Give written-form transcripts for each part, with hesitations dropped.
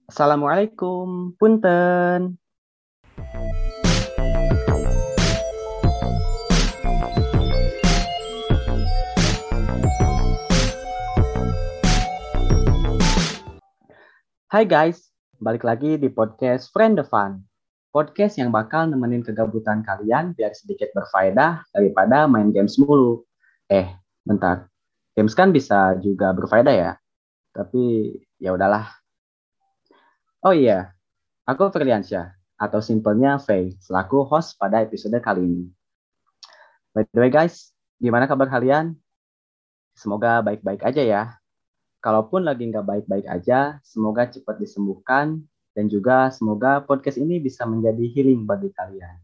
Assalamualaikum, punten. Hai guys, balik lagi di podcast Friend the Fun. Podcast yang bakal nemenin kegabutan kalian biar sedikit berfaedah daripada main games mulu. Bentar. Games kan bisa juga berfaedah ya, tapi ya udahlah. Oh iya, aku Firliansyah atau simpelnya Faye selaku host pada episode kali ini. By the way guys, gimana kabar kalian? Semoga baik-baik aja ya. Kalaupun lagi nggak baik-baik aja, semoga cepat disembuhkan dan juga semoga podcast ini bisa menjadi healing bagi kalian.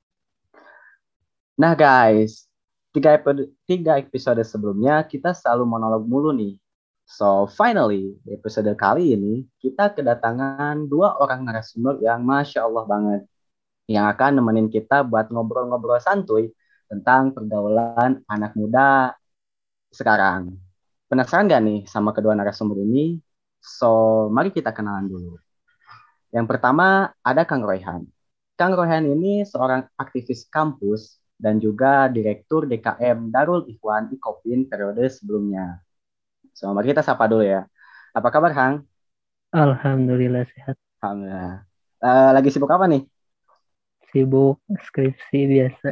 Nah guys, tiga episode sebelumnya kita selalu monolog mulu nih. So finally, di episode kali ini kita kedatangan dua orang narasumber yang Masya Allah banget. Yang akan nemenin kita buat ngobrol-ngobrol santuy tentang pergaulan anak muda sekarang. Penasaran gak nih sama kedua narasumber ini? So, mari kita kenalan dulu. Yang pertama ada Kang Royhan. Kang Royhan ini seorang aktivis kampus dan juga Direktur DKM Darul Ikhwan Ikopin periode sebelumnya. So, mari kita sapa dulu ya. Apa kabar, Kang? Alhamdulillah sehat. Alhamdulillah. Lagi sibuk apa nih? Sibuk skripsi biasa.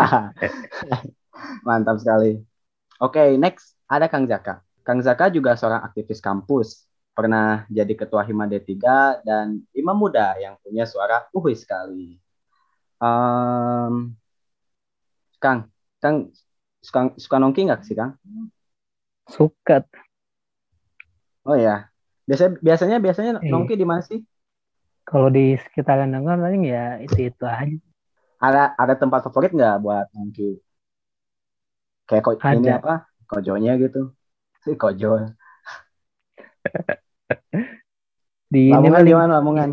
Mantap sekali. Oke, next ada Kang Zaka. Kang Zaka juga seorang aktivis kampus. Pernah jadi ketua Hima D3 dan imam muda yang punya suara uhui sekali. Um, Kang, Kang suka nongki nggak sih, Kang? Sukat. Oh ya. Biasanya Eh, nongki di mana sih? kalau di sekitaran Nangor paling ya itu aja. Ada tempat favorit nggak buat nongki? Kayak ini Ada apa? Kojonya gitu. Si Kojo. di ini Lamongan di paling mana Lamongan?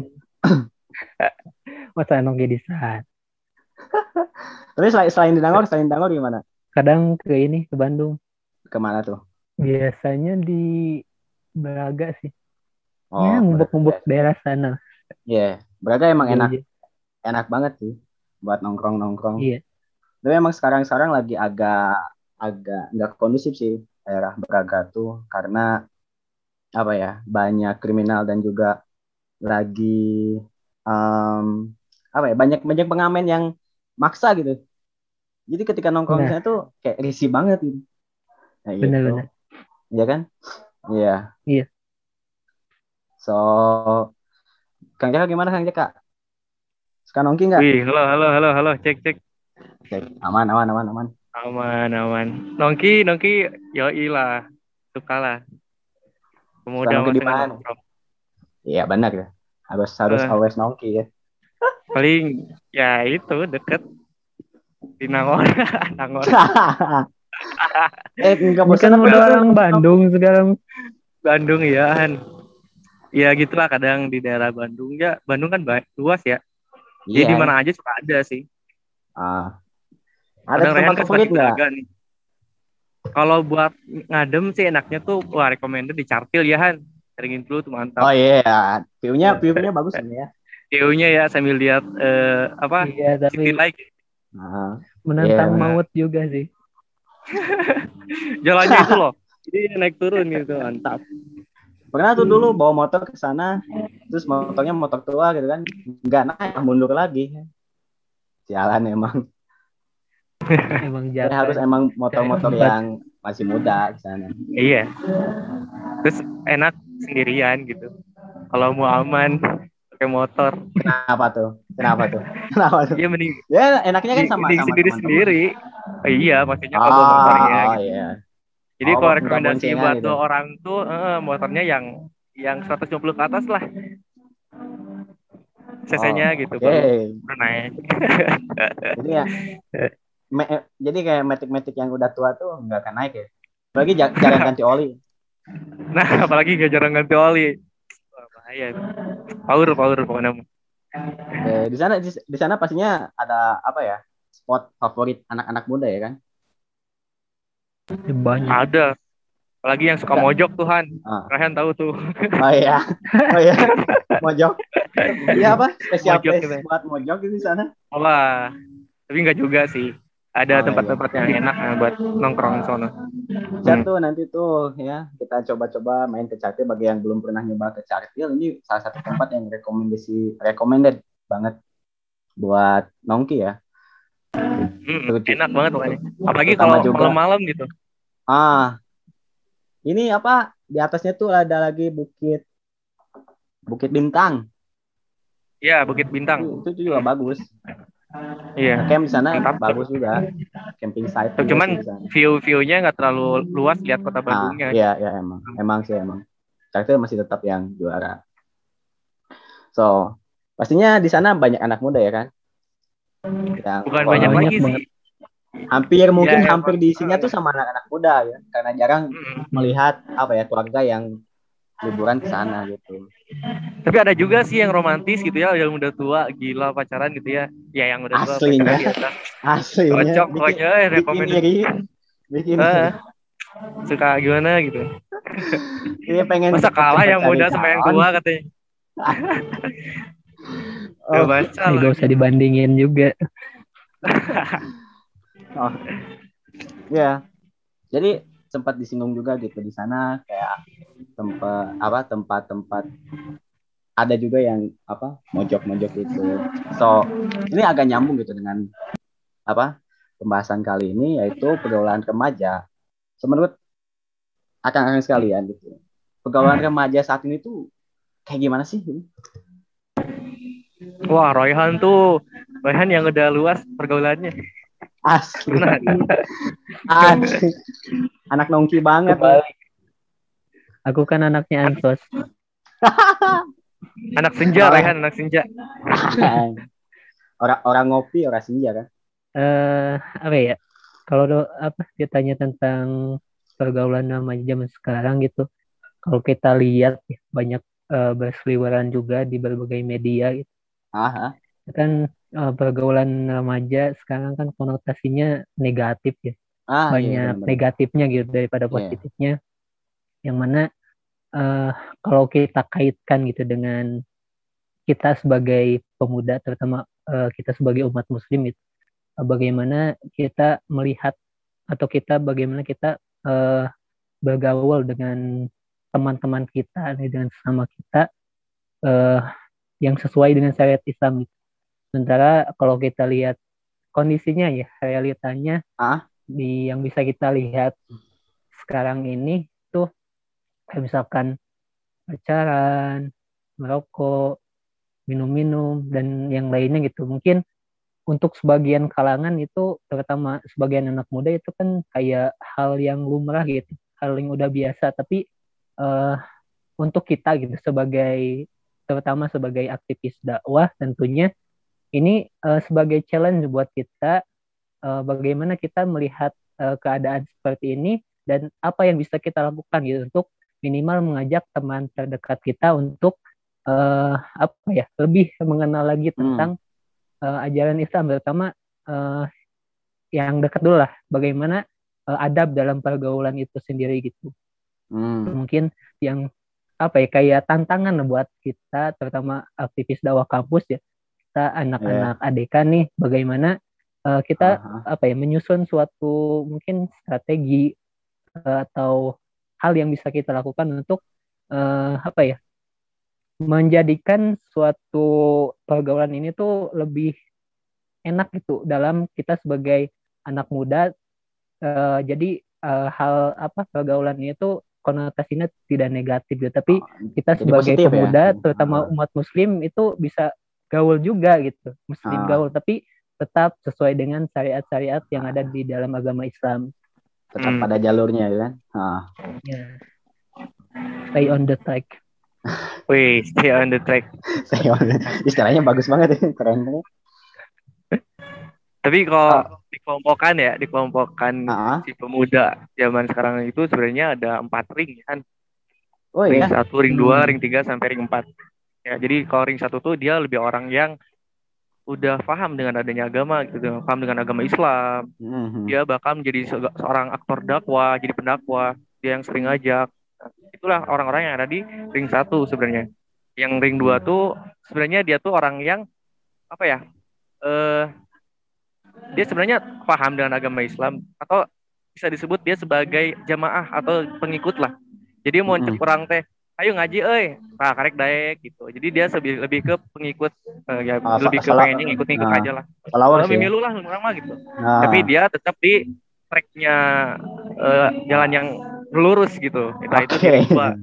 masa nongki di saat. Tapi selain di Nangor gimana? Kadang ke ini ke Bandung. Kemana tuh? Biasanya di Braga sih. Ya Oh, ngumpuk-ngumpuk Braga. daerah sana. Iya, Braga emang enak Jauh-jauh. enak banget sih buat nongkrong-nongkrong. Iya, Tapi emang sekarang-sekarang lagi agak agak nggak kondusif sih daerah Braga tuh karena apa ya banyak kriminal dan juga lagi em, apa ya banyak banyak pengamen yang maksa gitu. Jadi ketika nongkrong di nah sana tuh kayak risih banget gitu. Kayak gitu. benar-benar. Iya kan? Iya. Iya, So, Kang Jaka gimana Kang Jaka? Suka nongki nggak? Wih, halo, halo, halo, halo, cek, cek, Oke, aman, aman, aman, aman. aman, aman. Nongki, nongki, yoi lah, suka lah. Suka Pemuda nongki di masa mana? nongkrong. Iya benar ya. Harus harus Eh, always nongki ya. paling ya itu deket di Nangor, Nangor. Nggak ini bosan kan apa udah gitu orang nongki? Bandung sekarang. Bandung ya, kan. Ya gitulah kadang di daerah Bandung ya. Bandung kan luas ya. Jadi di Iya. mana aja suka ada sih. Ah, ada Kadang Rehan tempat kan suka favorit di nggak? Braga nih. Kalau buat ngadem sih enaknya tuh, wah recommended di Cartil ya, Han. Seringin dulu tuh mantap. Oh iya, view-nya bagus kan ya. View-nya ya sambil lihat apa Iya, tapi City Light. Ah, iya menantang benar. maut juga sih. Jalannya itu loh. Jadi naik turun gitu, mantap. Pernah tuh dulu bawa motor ke sana, terus motornya motor tua gitu kan, nggak naik, mundur lagi. Sialan emang. Emang Kayak harus jangan emang cari motor-motor tempat. yang masih muda di sana. Iya, terus enak sendirian gitu. Kalau mau aman pakai motor, Kenapa tuh? Kenapa tuh? Kenapa tuh? ya mending Ya enaknya kan sama mending sama sendiri teman-teman. sendiri. Oh, iya, maksudnya kalau bawa motornya Oh gitu. iya. Jadi Oh kalau nggak rekomendasinya boncengan buat gitu. dua orang tuh motornya yang 150 ke atas lah Oh cc-nya gitu oke. baru naik. Jadi ya, jadi kayak metik-metik yang udah tua tuh nggak akan naik ya. Apalagi jarang ganti oli. Nah, apalagi gak jarang ganti oli. Wah, bahaya itu. Power, power pokoknya. Di sana pastinya ada apa ya? Spot favorit anak-anak muda ya kan? Banyak. Ada. Apalagi yang suka Enggak. mojok tuh Han. Ah. Ryan tahu tuh. Oh iya. Oh iya. Mojok. Iya apa? Spesial Mojok place gitu. buat mojok di sana. Wah, tapi nggak juga sih. Ada Oh iya. tempat-tempat yang enak ya buat nongkrong di sana. Bisa tuh nanti tuh ya kita coba-coba main ke Cartil bagi yang belum pernah nyoba ke Cartil. Ini salah satu tempat yang recommended banget buat nongki ya. Enak banget pokoknya. Apalagi Terutama kalau juga malam-malam gitu. Ini apa? Di atasnya tuh ada lagi Bukit Bintang. Iya, Bukit Bintang. Itu juga bagus. Iya. Camp di sana Mantap. bagus juga. Camping site juga Cuman sih di sana. view-nya nggak terlalu luas lihat kota Bandungnya. Iya emang sih. Cartil masih tetap yang juara. So, pastinya di sana banyak anak muda ya kan? Bukan banyak lagi sih. Hampir diisinya tuh sama anak-anak muda ya, karena jarang melihat keluarga yang liburan ke sana gitu. Tapi ada juga sih yang romantis gitu ya, yang udah tua gila pacaran gitu ya. Ya yang udah tua Aslinya. pacaran biasa. Aslinya. Cocok pokoknya Bikin iri. Suka gimana gitu. Iya pengen masa kalah yang muda sama yang tua katanya. Gak baca lah. Gak usah dibandingin juga. Ya. Jadi sempat disinggung juga gitu di sana kayak tempat-tempat ada juga yang mojok-mojok itu. So ini agak nyambung gitu dengan pembahasan kali ini, yaitu pergaulan remaja. So, menurut akan sekalian gitu, pergaulan remaja saat ini tuh kayak gimana sih? Wah, Royhan yang udah luas pergaulannya. Asli. Anak nongki banget. Aku kan anaknya Ansos. Anak senja, Royhan, anak senja. orang ngopi, orang senja kan? Apa ya? Kalau ditanya tentang pergaulan remaja zaman sekarang gitu, kalau kita lihat banyak berseliweran juga di berbagai media gitu. Kan pergaulan remaja sekarang kan konotasinya negatif ya. Banyak negatifnya gitu daripada positifnya. Yang mana kalau kita kaitkan gitu dengan kita sebagai pemuda, terutama kita sebagai umat muslim gitu, bagaimana kita melihat atau bagaimana kita bergaul dengan teman-teman kita, dengan sesama kita yang sesuai dengan syariat Islam. Sementara kalau kita lihat kondisinya ya, realitanya yang bisa kita lihat sekarang ini tuh kayak misalkan pacaran, merokok, minum-minum dan yang lainnya gitu. Mungkin untuk sebagian kalangan itu, terutama sebagian anak muda itu kan kayak hal yang lumrah gitu, hal yang udah biasa. Tapi untuk kita gitu terutama sebagai aktivis dakwah, tentunya ini sebagai challenge buat kita, bagaimana kita melihat keadaan seperti ini dan apa yang bisa kita lakukan gitu untuk minimal mengajak teman terdekat kita untuk lebih mengenal lagi tentang ajaran Islam, terutama yang dekat dulu lah, bagaimana adab dalam pergaulan itu sendiri gitu. Mungkin yang kayak tantangan buat kita, terutama aktivis dakwah kampus ya, kita anak-anak ADK nih, bagaimana kita menyusun suatu mungkin strategi atau hal yang bisa kita lakukan untuk menjadikan suatu pergaulan ini tuh lebih enak gitu dalam kita sebagai anak muda. Jadi pergaulan ini tuh konotasinya tidak negatif gitu, tapi kita sebagai pemuda terutama umat muslim itu bisa gaul juga gitu, muslim gaul, tapi tetap sesuai dengan syariat-syariat yang ada di dalam agama Islam. Tetap pada jalurnya kan? Stay on the track. Wih, stay on the track. Istilahnya bagus banget ya, keren banget. Tapi kalau dikelompokkan si pemuda zaman sekarang itu sebenarnya ada 4 ring kan. Ring 1, ring 2, ring 3 sampai ring 4. Ya, jadi kalau ring 1 tuh dia lebih orang yang udah paham dengan adanya agama gitu, paham dengan agama Islam. Dia bakal menjadi seorang aktor dakwah, jadi pendakwah. dia yang sering ngajak. Nah, itulah orang-orang yang ada di ring 1 sebenarnya. Yang ring 2 tuh sebenarnya dia tuh orang yang apa ya? Dia sebenarnya paham dengan agama Islam atau bisa disebut dia sebagai jamaah atau pengikut lah. Jadi mau cek orang teh, ayo ngaji nah karek daek gitu. Jadi dia lebih ke pengikut lebih ke pengennya ngikut-ngikut aja lah. Kalau mimilu lah orang mah gitu. Tapi dia tetap di tracknya jalan yang lurus gitu. Nah itu di ring 2.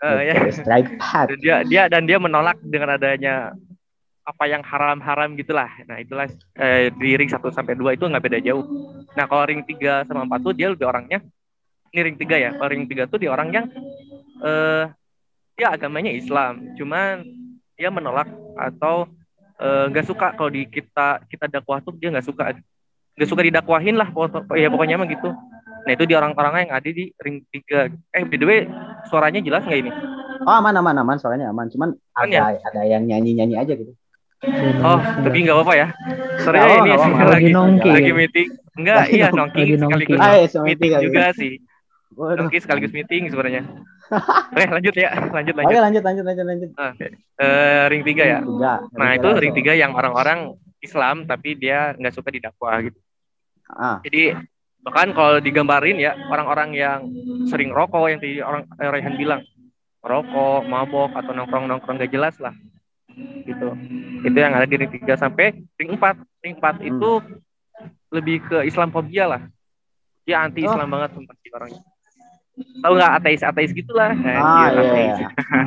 Dan dia menolak dengan adanya apa yang haram-haram gitulah. Nah, itulah di ring 1 sampai 2 itu nggak beda jauh. Nah, kalau ring 3 sama 4 tuh dia lebih orangnya ini ring 3 ya. Kalau ring 3 tuh dia orang yang dia agamanya Islam, cuman dia menolak atau nggak suka kalau di kita dakwah tuh dia nggak suka didakwahin lah pokoknya mah gitu. Nah, itu di orang-orang yang ada di ring 3. By the way, suaranya jelas nggak ini? Oh, aman, suaranya aman. Cuman ada yang nyanyi-nyanyi aja gitu. Oh, tapi nggak apa-apa ya. Sorry ini lagi nongki. Lagi meeting. Enggak, iya nongki sekaligus meeting juga sih. Nongki sekaligus meeting sebenarnya. Lanjut ya. Oke, lanjut. Ring 3 ya. Nah, itu ring 3 yang orang-orang Islam tapi dia nggak suka didakwah gitu. Jadi bahkan kalau digambarin ya orang-orang yang sering rokok yang tadi orang Rayhan bilang rokok, mabok atau nongkrong nggak jelas lah. Gitu. Itu yang ada di ring 3 sampai ring 4. Ring 4 itu lebih ke Islamfobia lah. Dia anti Islam banget seperti orangnya. Tahu nggak ateis gitulah. Ateis.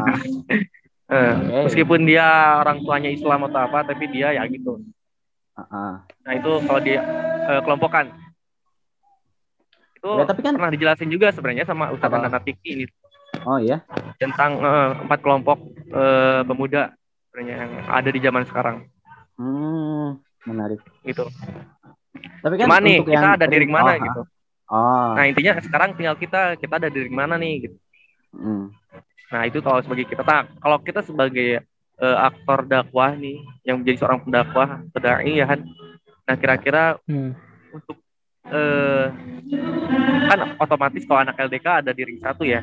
Meskipun dia orang tuanya Islam atau apa, tapi dia ya gitu. Nah itu kalau dia kelompokan. Itu ya, tapi kan pernah dijelasin juga sebenarnya sama Ustadz Anatiki ini. Oh iya. Tentang 4 kelompok pemuda sebenarnya yang ada di zaman sekarang. Menarik. Gitu. Tapi kan cuman nih kita ada di ring mana gitu. Nah intinya sekarang tinggal kita ada di ring mana nih gitu. Nah itu kalau sebagai kita. Kalau kita sebagai aktor dakwah nih yang menjadi seorang pendakwah, pedai ya kan. Nah kira-kira untuk kan otomatis kalau anak LDK ada di ring 1 ya.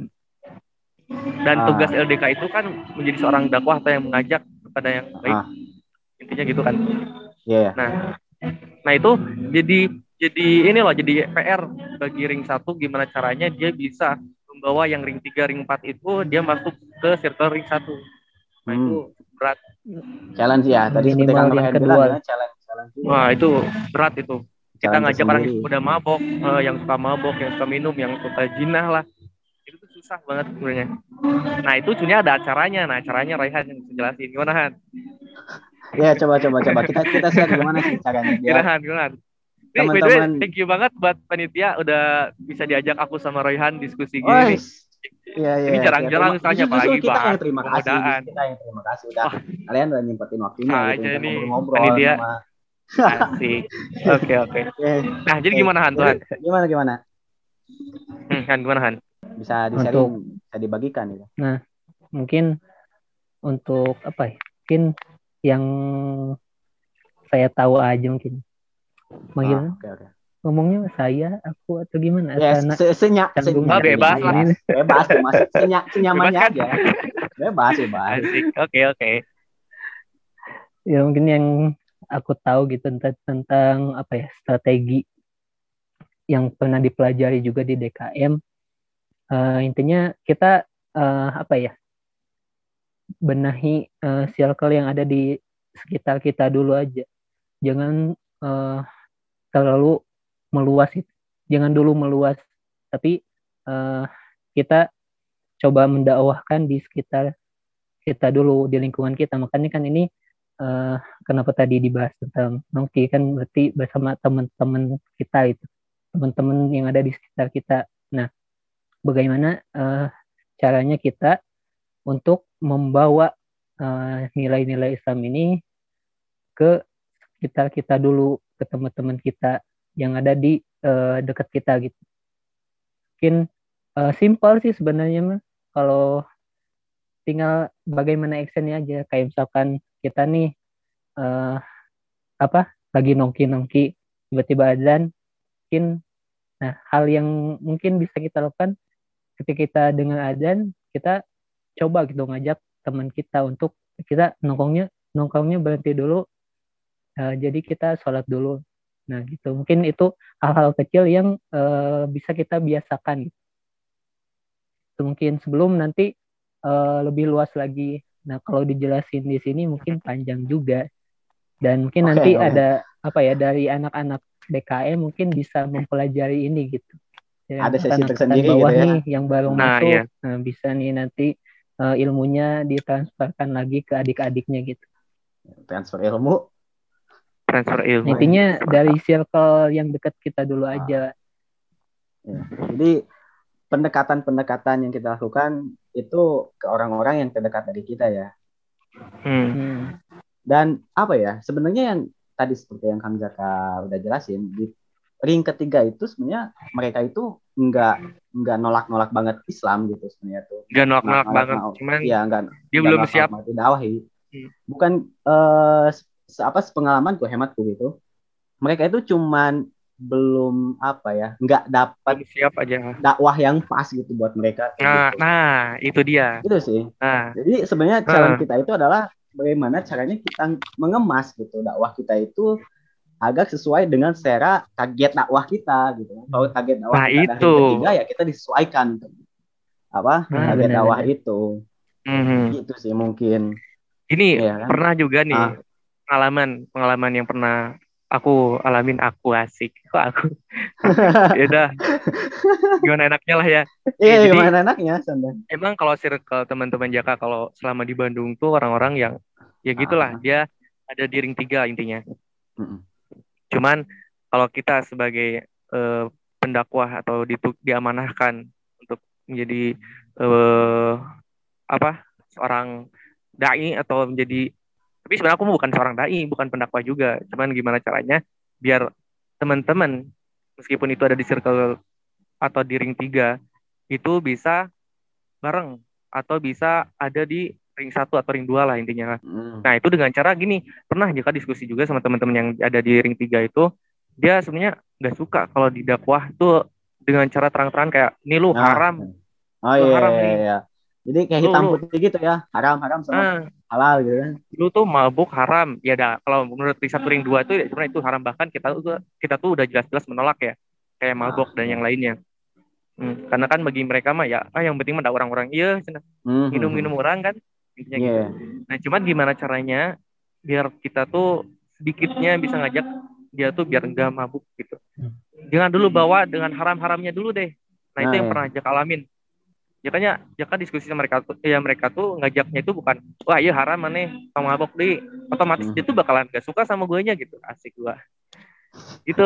Dan tugas LDK itu kan menjadi seorang dakwah atau yang mengajak kepada yang baik. Intinya gitu kan. Yeah. Nah itu jadi ini loh, jadi PR bagi ring 1 gimana caranya dia bisa membawa yang ring 3, ring 4 itu dia masuk ke circle ring 1. Nah itu berat. Challenge ya. Tadi seperti Kang Ryan bilang ya, challenge. Wah itu berat itu. Kita ngajak orang yang udah mabok, yang suka mabok, yang suka minum, yang suka jinah lah. Itu tuh susah banget sebenarnya. Nah itu sebenarnya ada acaranya. Nah acaranya Rayhan yang bisa jelasin. Gimana Han? Ya coba. Kita share gimana sih caranya. Gimana? Teman-teman, thank you banget buat panitia udah bisa diajak aku sama Rayhan diskusi gini. Iya. Ini jarang-jarang misalnya apalagi kita yang terima kasih. Udah kalian udah nyempetin waktunya gitu untuk ngobrol panitia. Asik. Oke. Nah, jadi gimana Han Tuhan? Gimana? Han gimana Han? Bisa di-sharing, bisa dibagikan gitu. Nah, mungkin untuk apa ya? Mungkin yang saya tahu aja mungkin. Oke. Ngomongnya aku atau gimana? Senyak. Bebas lah. Bebas masuk senyamannya aja. Bebas. Asik. Oke. Ya mungkin yang aku tahu gitu tentang apa ya, strategi yang pernah dipelajari juga di DKM. Intinya kita apa ya, benahi circle yang ada di sekitar kita dulu aja. Jangan terlalu meluas itu. Jangan dulu meluas, tapi kita coba mendakwahkan di sekitar kita dulu, di lingkungan kita. Makanya kan ini kenapa tadi dibahas tentang nongki, kan berarti bersama teman-teman kita itu, teman-teman yang ada di sekitar kita. Nah, bagaimana caranya kita untuk membawa nilai-nilai Islam ini ke sekitar kita dulu, ke teman-teman kita yang ada di dekat kita gitu. Mungkin simpel sih sebenarnya mah, kalau tinggal bagaimana actionnya aja. Kayak misalkan kita nih lagi nongki tiba-tiba azan, mungkin hal yang mungkin bisa kita lakukan, ketika kita dengan adzan, kita coba gitu ngajak teman kita untuk kita nongkrongnya berhenti dulu, jadi kita sholat dulu. Nah gitu, mungkin itu hal-hal kecil yang bisa kita biasakan gitu. Mungkin sebelum nanti lebih luas lagi. Nah kalau dijelasin di sini mungkin panjang juga, dan mungkin nanti ada dari anak-anak BKM mungkin bisa mempelajari ini gitu. Ada sesi tersendiri bawah gitu ya. Nih yang baru masuk, nah bisa nih nanti ilmunya ditransferkan lagi ke adik-adiknya gitu. Transfer ilmu. Intinya dari circle yang dekat kita dulu aja. Ya. Jadi pendekatan-pendekatan yang kita lakukan itu ke orang-orang yang terdekat dari kita ya. Dan apa ya, sebenarnya yang tadi seperti yang Kang Zaka udah jelasin, di ring ketiga itu sebenarnya mereka itu nggak nolak-nolak banget Islam gitu sebenarnya tuh. Nggak nolak-nolak banget, cuman ya dia belum siap dakwahi. Bukan sepengalamanku, hematku gitu. Mereka itu cuman belum nggak dapat siap aja dakwah yang pas gitu buat mereka. Nah itu dia. Itu sih. Jadi sebenarnya challenge kita itu adalah bagaimana caranya kita mengemas gitu dakwah kita itu agak sesuai dengan selera target dakwah kita gitu. Kalau target dakwah kita dari ketiga ya kita disesuaikan target dakwah itu. Gitu sih mungkin. Ini ya, kan? Pernah juga nih pengalaman yang pernah aku alamin, aku asik kok aku. Ya udah. Gimana enaknya lah ya. Iya, gimana enaknya Sanda. Emang kalau circle teman-teman Jaka kalau selama di Bandung tuh orang-orang yang ya gitulah, dia ada di ring 3 intinya. Cuman kalau kita sebagai pendakwah atau diamanahkan untuk menjadi seorang dai atau menjadi, tapi sebenarnya aku bukan seorang dai, bukan pendakwah juga. Cuman gimana caranya biar teman-teman meskipun itu ada di circle atau di ring 3 itu bisa bareng atau bisa ada di ring 1 atau ring 2 lah intinya. Nah itu dengan cara gini, pernah Jaka diskusi juga sama teman-teman yang ada di ring 3 itu, dia sebenarnya nggak suka kalau didakwah itu dengan cara terang-terangan kayak ini lu haram. Haram nih. Iya. Jadi kayak hitam putih gitu ya, haram sama halal gitu kan. Lu tuh mabuk haram. Ya dah, kalau menurut ring 1 ring 2 itu sebenarnya itu haram, bahkan kita tuh udah jelas-jelas menolak ya. Kayak mabuk dan yang lainnya. Karena kan bagi mereka mah ya yang penting mah ada orang-orang minum-minum orang kan intinya gitu. Nah cuman gimana caranya biar kita tuh sedikitnya bisa ngajak dia tuh biar enggak mabuk gitu. Jangan dulu bawa dengan haram-haramnya dulu deh. Nah itu yang pernah Jaka alamin. Jaka diskusi sama mereka tuh ngajaknya itu bukan wah iya haram maneh kamu mabok deh, otomatis dia tuh bakalan gak suka sama gue nya gitu, asik gua itu.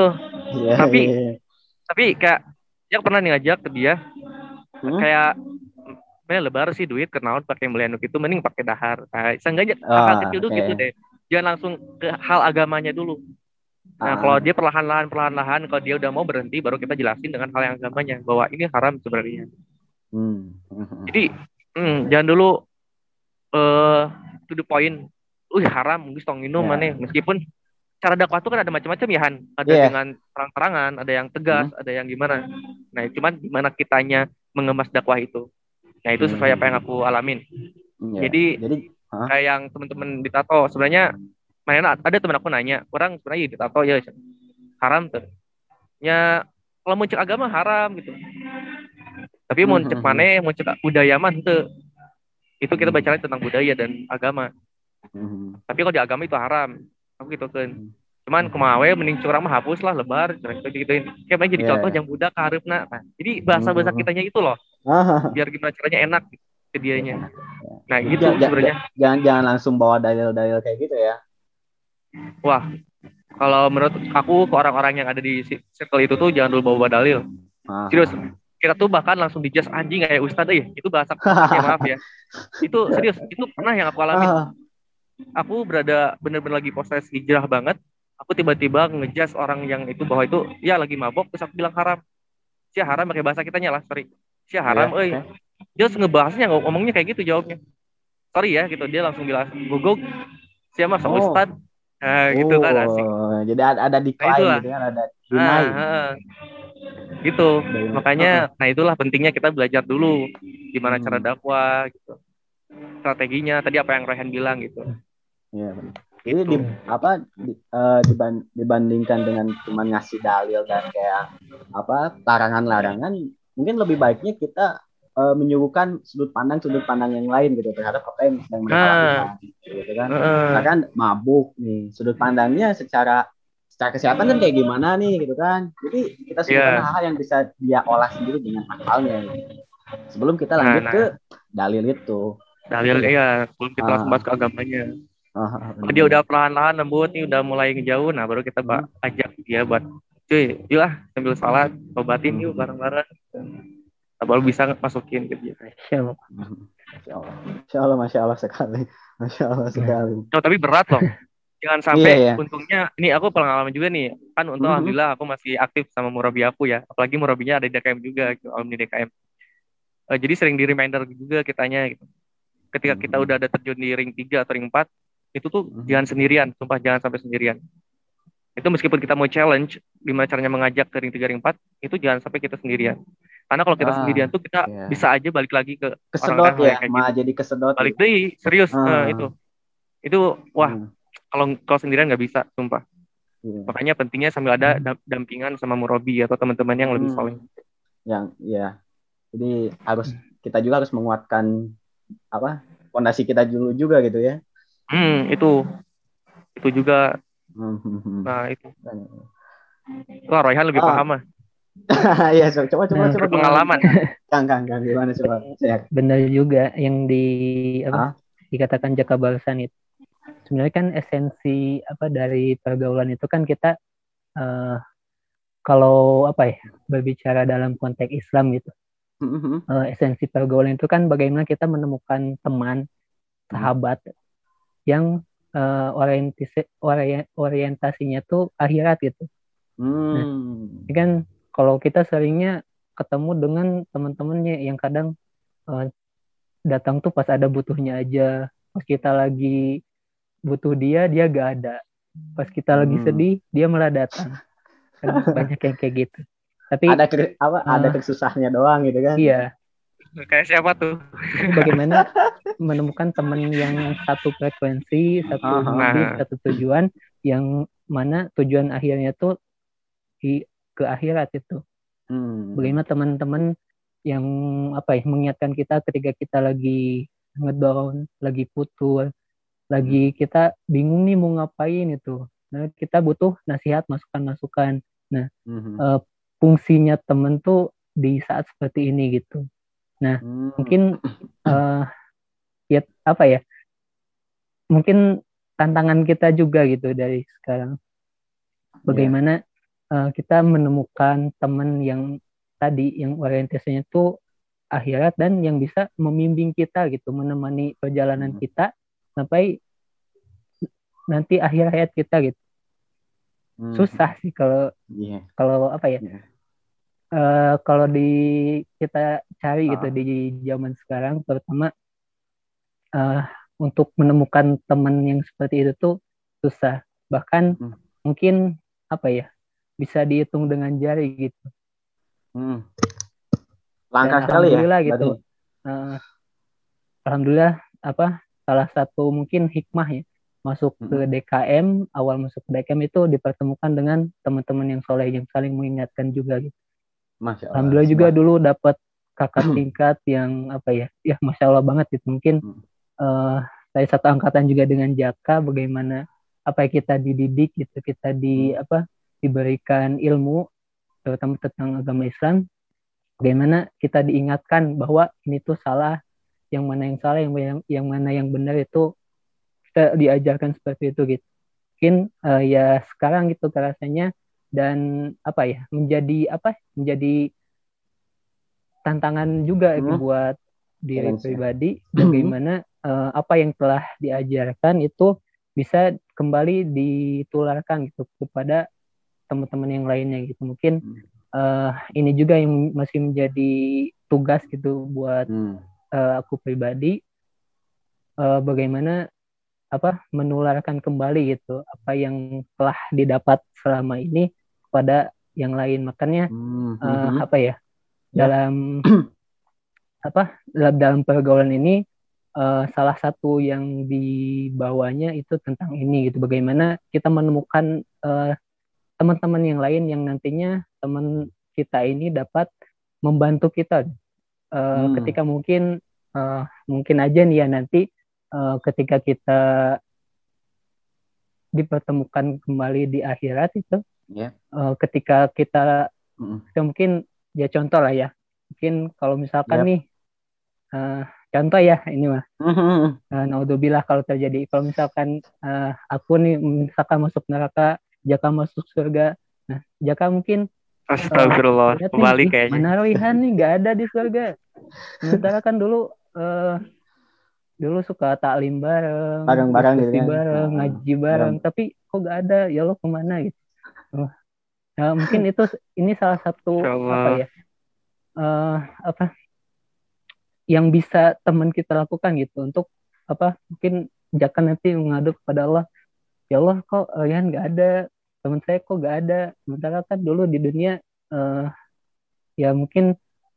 Tapi kayak yang pernah nih ngajak ke dia kayak lebar sih duit kenaon pakai beli anu gitu, mending pakai dahar. Nah, seenggaknya hal kecil dulu gitu deh. Jangan langsung ke hal agamanya dulu. Nah, kalau dia perlahan-lahan kalau dia udah mau berhenti baru kita jelasin dengan hal yang agamanya bahwa ini haram sebenarnya. Jadi jangan dulu to the point. Haram geus tong minum maneh, meskipun cara dakwah itu kan ada macam-macam ya Han. Ada dengan terang-terangan, ada yang tegas, ada yang gimana. Nah, cuman gimana kitanya mengemas dakwah itu. Nah, itu sesuai apa yang aku alamin. Jadi kayak yang teman-teman ditato, sebenarnya ada teman aku nanya, orang sebenarnya ditato ya haram tuh. Ya kalau mau cek agama haram gitu. Tapi mau cek maneh, mau cek budaya mah tuh. Itu kita bicara tentang budaya dan agama. Tapi kalau di agama itu haram. Aku gitu kan. Cuman kumaha we mending curang mah hapus lah lebar gitu-gituin. Kayak main jadi contoh yang budak ka hareupna. Nah, jadi bahasa-bahasa kitanya itu loh. Biar gimana caranya enak ke dianya. Nah, gitu sebenarnya. Jangan langsung bawa dalil-dalil kayak gitu ya. Wah, kalau menurut aku ke orang-orang yang ada di circle itu tuh jangan dulu bawa dalil. Serius. Kita tuh bahkan langsung dijudge anjing kayak ustad itu bahasa ya maaf ya. Itu serius, itu pernah yang aku alamin. Aku berada bener-bener lagi proses hijrah banget. Aku tiba-tiba ngejudge orang yang itu bahwa itu ya lagi mabok, terus aku bilang haram. Sia haram pakai bahasa kitanya lah, sorry. Sia haram, Dia ngebahasnya ngomongnya kayak gitu jawabnya. Sorry ya gitu, dia langsung bilang guguk. Sia mah ustad. Nah, gitu kan asik. Jadi ada decline gitu kan, ada deny. Gitu. Makanya nah itulah pentingnya kita belajar dulu gimana cara dakwah gitu. Strateginya tadi apa yang Rehan bilang gitu. Iya, benar. Jadi dibandingkan dengan cuma ngasih dalil dan kayak larangan-larangan, mungkin lebih baiknya kita menyuguhkan sudut pandang yang lain gitu terhadap apa yang sedang mereka lakukan gitu kan. Misalkan mabuk nih, sudut pandangnya secara kesehatan kan kayak gimana nih gitu kan. Jadi kita sebutkan hal-hal yang bisa dia olah sendiri dengan akalnya gitu. Sebelum kita lanjut ke dalil itu. Dalil sebelum kita langsung bahas ke agamanya. Kalau dia udah perlahan-lahan lembut nih, udah mulai ngejauh, nah baru kita ajak dia buat, cuy, yuk lah sambil salat, obatin yuk bareng-bareng. Nah, baru bisa masukin gitu. Masya Allah sekali. Oh, tapi berat loh. Jangan sampai, untungnya, ini aku pengalaman juga nih, kan untung alhamdulillah aku masih aktif sama murabi aku ya, apalagi murabinya ada di DKM juga, gitu, alumni DKM. Jadi sering di reminder juga kitanya gitu. Ketika kita udah ada terjun di ring 3 atau ring 4, itu tuh jangan sendirian, sumpah jangan sampai sendirian. Itu meskipun kita mau challenge gimana caranya mengajak ke ring 3, ring 4, itu jangan sampai kita sendirian. Karena kalau kita sendirian tuh kita bisa aja balik lagi ke kesedot orang-orang kayak gitu. Jadi kesedot. Balik deh, serius. Itu wah, kalau sendirian nggak bisa, sumpah. Makanya pentingnya sambil ada dampingan sama murabi atau teman-teman yang lebih soleh. Jadi kita juga harus menguatkan fondasi kita dulu juga gitu ya. Itu juga. Nah itu. Wah, Royhan lebih paham lah. Iya, coba pengalaman. Kang gimana coba? Benar juga yang dikatakan Jaka Balsan itu. Sebenarnya kan esensi dari pergaulan itu kan kita kalau berbicara dalam konteks Islam gitu. Esensi pergaulan itu kan bagaimana kita menemukan teman, sahabat yang orientasinya tuh akhirat gitu. Nah, ini kan kalau kita seringnya ketemu dengan teman-temannya yang kadang datang tuh pas ada butuhnya aja, pas kita lagi butuh dia gak ada, pas kita lagi sedih dia malah datang. Kan banyak yang kayak gitu. Tapi ada kesusahnya doang gitu kan. Iya. Kayak siapa tuh? Bagaimana menemukan teman yang satu frekuensi, satu mimpi, satu tujuan, yang mana tujuan akhirnya tuh ke akhirat itu. Bagaimana teman-teman yang mengingatkan kita ketika kita lagi ngedown, lagi putus, lagi kita bingung nih mau ngapain itu. Nah, kita butuh nasihat, masukan-masukan. Nah, fungsinya teman tuh di saat seperti ini gitu. Nah, mungkin mungkin tantangan kita juga gitu dari sekarang. Bagaimana kita menemukan teman yang tadi yang orientasinya tuh akhirat dan yang bisa membimbing kita gitu, menemani perjalanan kita sampai nanti akhir hayat kita gitu. Susah sih kalau kalau kita cari gitu di zaman sekarang, terutama untuk menemukan teman yang seperti itu tuh susah. Bahkan mungkin bisa dihitung dengan jari gitu. Langka sekali ya. Alhamdulillah gitu. Alhamdulillah salah satu mungkin hikmah ya masuk ke DKM, awal masuk ke DKM itu dipertemukan dengan teman-teman yang soleh yang saling mengingatkan juga gitu. Masya Allah, alhamdulillah juga dulu dapat kakak tingkat yang Masya Allah banget gitu. Mungkin saya satu angkatan juga dengan Jaka, bagaimana kita dididik gitu, kita diberikan ilmu terutama tentang agama Islam, bagaimana kita diingatkan bahwa ini tuh salah, yang mana yang salah, yang mana yang benar, itu kita diajarkan seperti itu gitu. Mungkin ya sekarang gitu rasanya, dan menjadi tantangan juga buat diri pribadi, bagaimana apa yang telah diajarkan itu bisa kembali ditularkan gitu kepada teman-teman yang lainnya gitu. Mungkin ini juga yang masih menjadi tugas gitu buat aku pribadi, bagaimana menularkan kembali gitu apa yang telah didapat selama ini kepada yang lain. Makanya apa ya, dalam dalam pergaulan ini salah satu yang dibawanya itu tentang ini gitu, bagaimana kita menemukan teman-teman yang lain yang nantinya teman kita ini dapat membantu kita ketika mungkin aja nih ya nanti ketika kita dipertemukan kembali di akhirat itu ketika kita mungkin ya contoh lah ya, mungkin kalau misalkan nih contoh ya ini mah naudzubillah kalau terjadi, kalau misalkan aku nih misalkan masuk neraka, Jaka masuk surga, nah Jaka mungkin astagfirullah kembali kayaknya mana Royhan nih nggak ada di surga, sementara kan dulu suka taklim bareng, bareng diskusi bareng, ngaji bareng, tapi kok nggak ada, ya lo kemana gitu. Nah, mungkin ini salah satu yang bisa teman kita lakukan gitu untuk mungkin Jaka nanti mengadu kepada Allah, ya Allah kok Ryan nggak ada, teman saya kok nggak ada, sementara kan dulu di dunia ya mungkin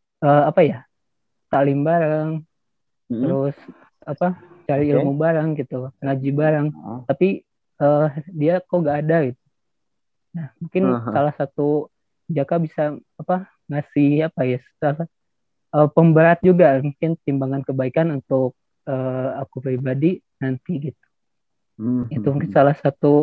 taklim bareng, terus cari ilmu bareng gitu, ngaji bareng, tapi dia kok nggak ada gitu. Nah mungkin salah satu Jaka bisa ngasih pemberat juga, mungkin timbangan kebaikan untuk aku pribadi nanti gitu. Itu mungkin salah satu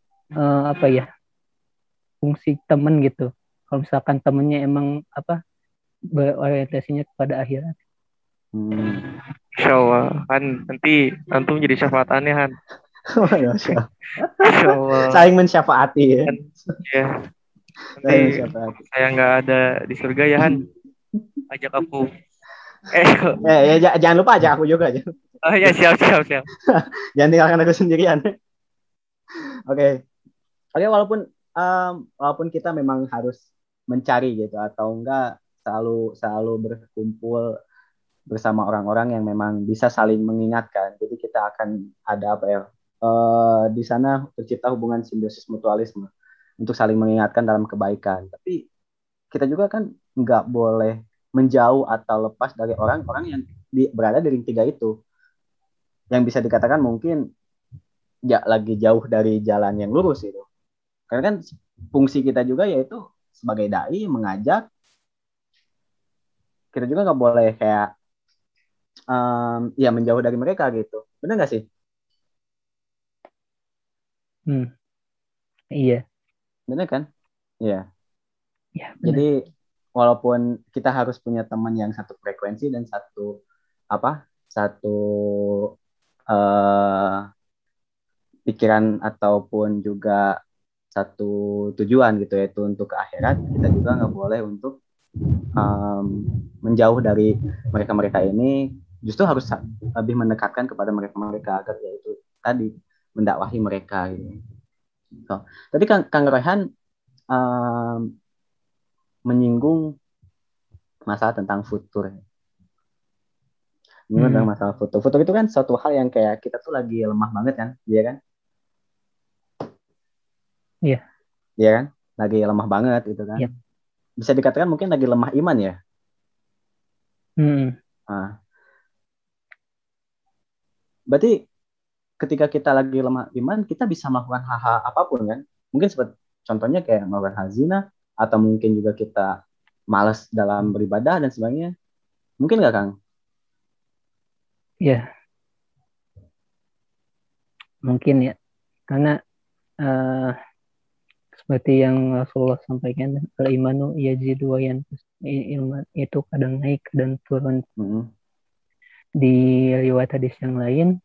fungsi teman gitu. Kalau misalkan temennya emang berorientasinya kepada akhirat. Insya Allah kan nanti antum jadi syafaatannya Han. Insya Allah. Saling mensyafaati ya. Ya. Nanti saya nggak ada di surga ya Han. Ajak aku. Jangan lupa ajak aku juga aja. Oh ya siap. Jangan tinggalkan aku sendirian. Oke, walaupun kita memang harus mencari gitu atau enggak selalu berkumpul bersama orang-orang yang memang bisa saling mengingatkan. Jadi kita akan ada di sana tercipta hubungan simbiosis mutualisme untuk saling mengingatkan dalam kebaikan. Tapi kita juga kan nggak boleh menjauh atau lepas dari orang-orang yang berada di ring 3 itu, yang bisa dikatakan mungkin ya lagi jauh dari jalan yang lurus itu. Karena kan fungsi kita juga yaitu sebagai dai mengajak, kita juga nggak boleh kayak menjauh dari mereka gitu. Benar nggak sih? Iya. Benar kan? Iya. Ya, jadi walaupun kita harus punya teman yang satu frekuensi dan satu pikiran ataupun juga satu tujuan gitu, yaitu untuk ke akhirat, kita juga nggak boleh untuk menjauh dari mereka-mereka ini, justru harus lebih mendekatkan kepada mereka-mereka agar yaitu tadi mendakwahi mereka gitu. So, tadi Kang Rehan menyinggung masalah tentang futur. Tentang masalah futur. Futur itu kan suatu hal yang kayak kita tuh lagi lemah banget kan, iya kan? Iya. Iya kan? Lagi lemah banget gitu kan. Yep. Bisa dikatakan mungkin lagi lemah iman ya. Berarti ketika kita lagi lemah iman, kita bisa melakukan hal-hal apapun kan? Mungkin seperti contohnya kayak melakukan hal zina, atau mungkin juga kita malas dalam beribadah dan sebagainya. Mungkin nggak, Kang? Iya. Mungkin ya. Karena seperti yang Rasulullah sampaikan, al-imanu yazidu wa yanqus. Iman itu kadang naik, kadang turun. Di riwayat hadis yang lain,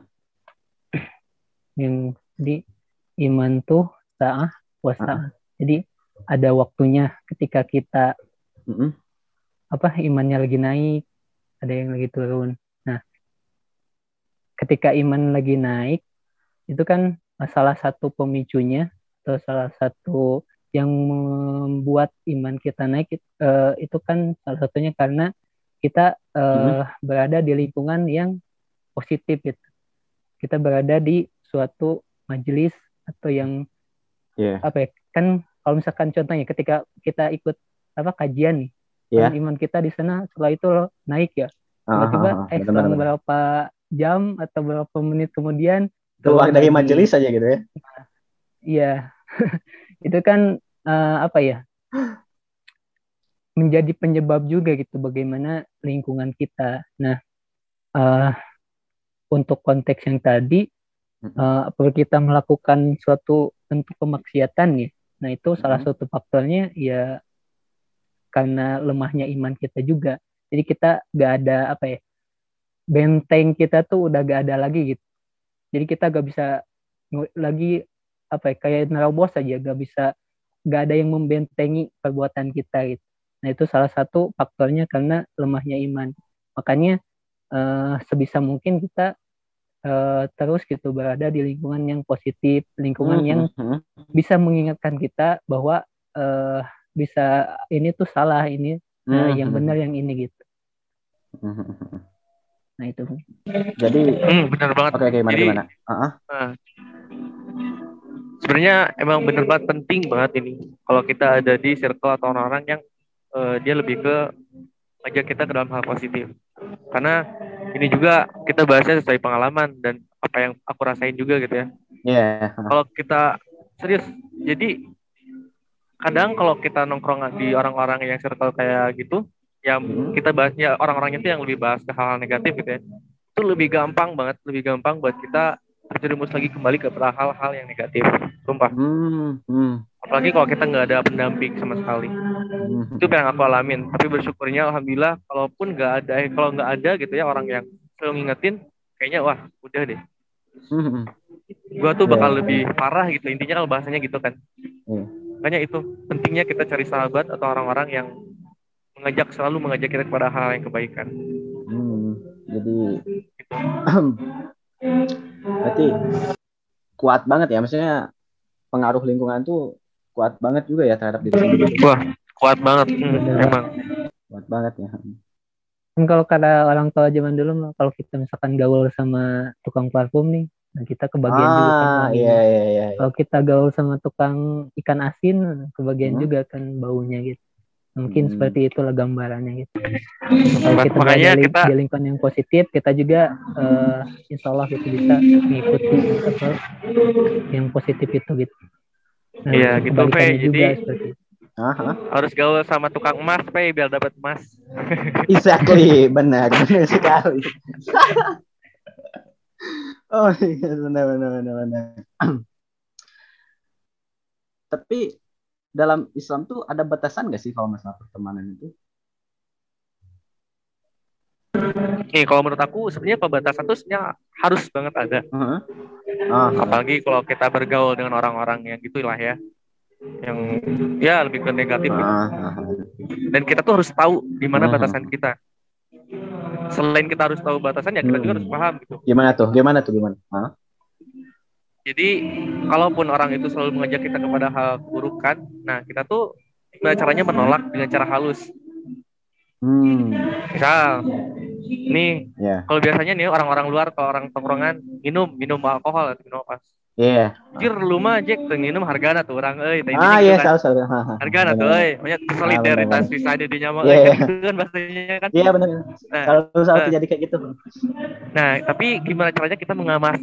yang di iman tuh sa'ah wa sa'ah. Jadi ada waktunya ketika kita imannya lagi naik, ada yang lagi turun. Nah, ketika iman lagi naik, itu kan salah satu pemicunya atau salah satu yang membuat iman kita naik itu kan salah satunya karena kita berada di lingkungan yang positif gitu. Kita berada di suatu majelis atau yang kan kalau misalkan contohnya ketika kita ikut kajian nih, yeah. iman kita di sana setelah itu loh naik ya, tiba-tiba selang berapa jam atau berapa menit kemudian keluar dari majelis aja gitu ya. Iya. Itu kan menjadi penyebab juga gitu bagaimana lingkungan kita. Nah, untuk konteks yang tadi, apabila kita melakukan suatu bentuk kemaksiatan nih, nah itu salah satu faktornya ya karena lemahnya iman kita juga. Jadi kita gak ada benteng kita tuh udah gak ada lagi gitu. Jadi kita gak bisa lagi kayak nerobos aja, gak ada yang membentengi perbuatan kita gitu. Nah itu salah satu faktornya karena lemahnya iman. Makanya sebisa mungkin kita terus gitu berada di lingkungan yang positif, lingkungan yang bisa mengingatkan kita bahwa bisa ini tuh salah, ini yang benar yang ini gitu. Nah itu. Jadi benar banget. Oke, gimana? Sebenarnya emang benar banget, penting banget ini kalau kita ada di circle atau orang-orang yang dia lebih ke ajak kita ke dalam hal positif. Karena ini juga kita bahasnya sesuai pengalaman dan apa yang aku rasain juga gitu ya. Yeah. Kalau kita serius, jadi kadang kalau kita nongkrong di orang-orang yang circle kayak gitu, yang kita bahasnya orang-orang itu yang lebih bahas ke hal-hal negatif gitu ya, itu lebih gampang buat kita terjerumus lagi kembali ke hal-hal yang negatif, sumpah. Apalagi kalau kita nggak ada pendamping sama sekali. Itu yang aku alamin. Tapi bersyukurnya alhamdulillah, kalaupun kalau nggak ada gitu ya orang yang selalu ngingetin, kayaknya wah udah deh. Gua tuh bakal lebih parah gitu. Intinya kalau bahasanya gitu kan. Makanya itu pentingnya kita cari sahabat atau orang-orang yang selalu mengajak kita kepada hal yang kebaikan. Jadi berarti kuat banget ya, maksudnya pengaruh lingkungan tuh kuat banget juga ya terhadap diri sendiri. Wah, kuat banget, emang. Kuat banget ya. Kan kalau kata orang tua zaman dulu, kalau kita misalkan gaul sama tukang parfum nih, nah kita kebagian juga kan wanginya. Iya. Kalau kita gaul sama tukang ikan asin, kebagian juga kan baunya gitu. Mungkin seperti itulah gambarannya gitu. Kalau kita berada di lingkungan yang positif, kita juga insya Allah gitu bisa mengikuti yang positif itu gitu. Nah, iya gitu, Pe. Juga jadi seperti itu. Harus gaul sama tukang emas, Pe, biar dapat emas. Exactly, benar sekali. Oh iya, benar. Tapi dalam Islam tuh ada batasan nggak sih kalau masalah pertemanan itu? Kalau menurut aku sebenarnya pembatasan tuh sebenarnya harus banget ada. Apalagi kalau kita bergaul dengan orang-orang yang gitulah ya, yang ya lebih ke negatif gitu. Dan kita tuh harus tahu di mana batasan kita. Selain kita harus tahu batasan, ya kita juga harus paham gitu. Gimana tuh? Jadi kalaupun orang itu selalu mengajak kita kepada hal keburukan, nah kita tuh gimana caranya menolak dengan cara halus. Misal nih, kalau biasanya nih orang-orang luar, kalau orang tongkrongan minum alkohol atau minum apa? Iya. Jir lu mah Jack tuh minum hargana tuh orang iya kan. Salah. Hargana tuh banyak solidaritas bisa di nyawa gitu kan bahasanya kan. Iya benar. Selalu terjadi kayak gitu. Nah, tapi gimana caranya kita mengemas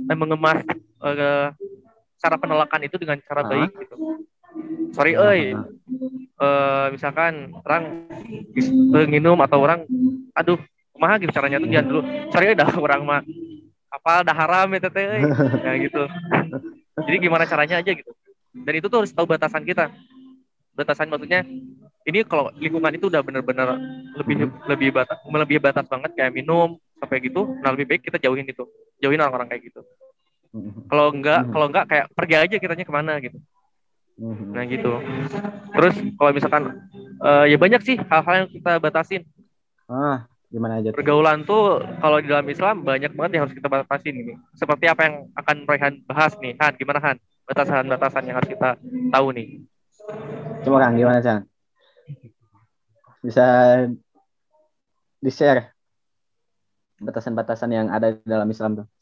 cara penolakan itu dengan cara baik gitu. Sorry misalkan orang minum atau orang aduh kumaha gitu caranya tuh jangan dulu. Sorry dah orang mah apa dah haram ya teteh ya gitu. Jadi gimana caranya aja gitu. Dan itu tuh harus tahu batasan kita. Batasan maksudnya ini kalau lingkungan itu udah benar-benar lebih batas banget kayak minum sampai gitu, nah lebih baik kita jauhin orang-orang kayak gitu. Kalau enggak kayak pergi aja kitanya kemana gitu. Nah gitu. Terus kalau misalkan ya banyak sih hal-hal yang kita batasin. Gimana aja? Pergaulan tuh kalau di dalam Islam banyak banget yang harus kita batasin ini. Seperti apa yang akan Royhan bahas nih, Han, gimana Han? Batasan-batasan yang harus kita tahu nih. Coba Kang, gimana Kang? Bisa di-share batasan-batasan yang ada di dalam Islam tuh.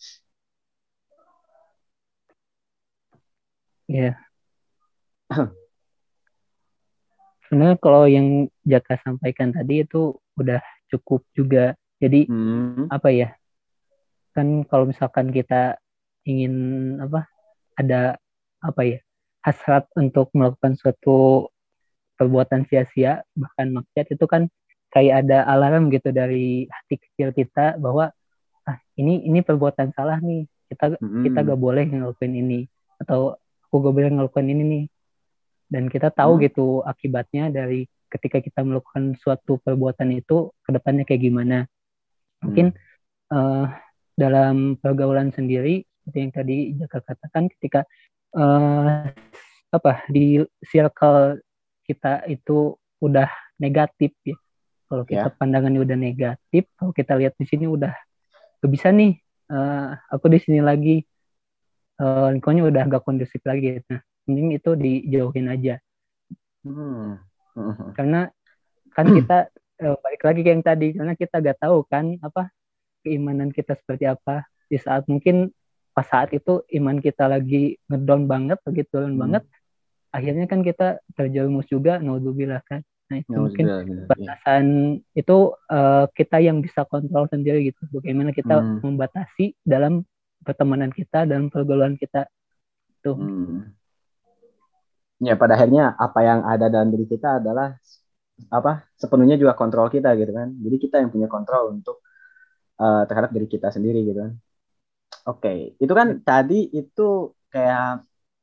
Iya. Sebenarnya kalau yang Jaka sampaikan tadi itu udah cukup juga. Jadi apa ya? Kan kalau misalkan kita ingin apa? Ada apa ya? Hasrat untuk melakukan suatu perbuatan sia-sia bahkan maksiat itu kan kayak ada alarm gitu dari hati kecil kita bahwa ini perbuatan salah nih, kita gak boleh ngelakuin ini, atau aku gak boleh ngelakuin ini nih, dan kita tahu gitu akibatnya dari ketika kita melakukan suatu perbuatan itu kedepannya kayak gimana. Mungkin dalam pergaulan sendiri seperti yang tadi Jaka katakan, ketika di circle kita itu udah negatif ya, kalau kita pandangannya udah negatif, kalau kita lihat di sini udah gak bisa nih, aku di sini lagi, lingkungannya udah gak kondusif lagi. Nah, mending itu dijauhin aja. Karena kan kita balik lagi ke yang tadi, karena kita gak tahu kan apa keimanan kita seperti apa di saat mungkin pas saat itu iman kita lagi ngedown banget, lagi turun banget, akhirnya kan kita terjerumus juga, naudzubillah kan. Nah itu mungkin batasan itu kita yang bisa kontrol sendiri gitu, bagaimana kita membatasi dalam pertemanan kita, dalam pergaulan kita tuh. Ya pada akhirnya apa yang ada dalam diri kita adalah apa sepenuhnya juga kontrol kita gitu kan. Jadi kita yang punya kontrol untuk terhadap diri kita sendiri gitu kan. Oke, itu kan tadi itu kayak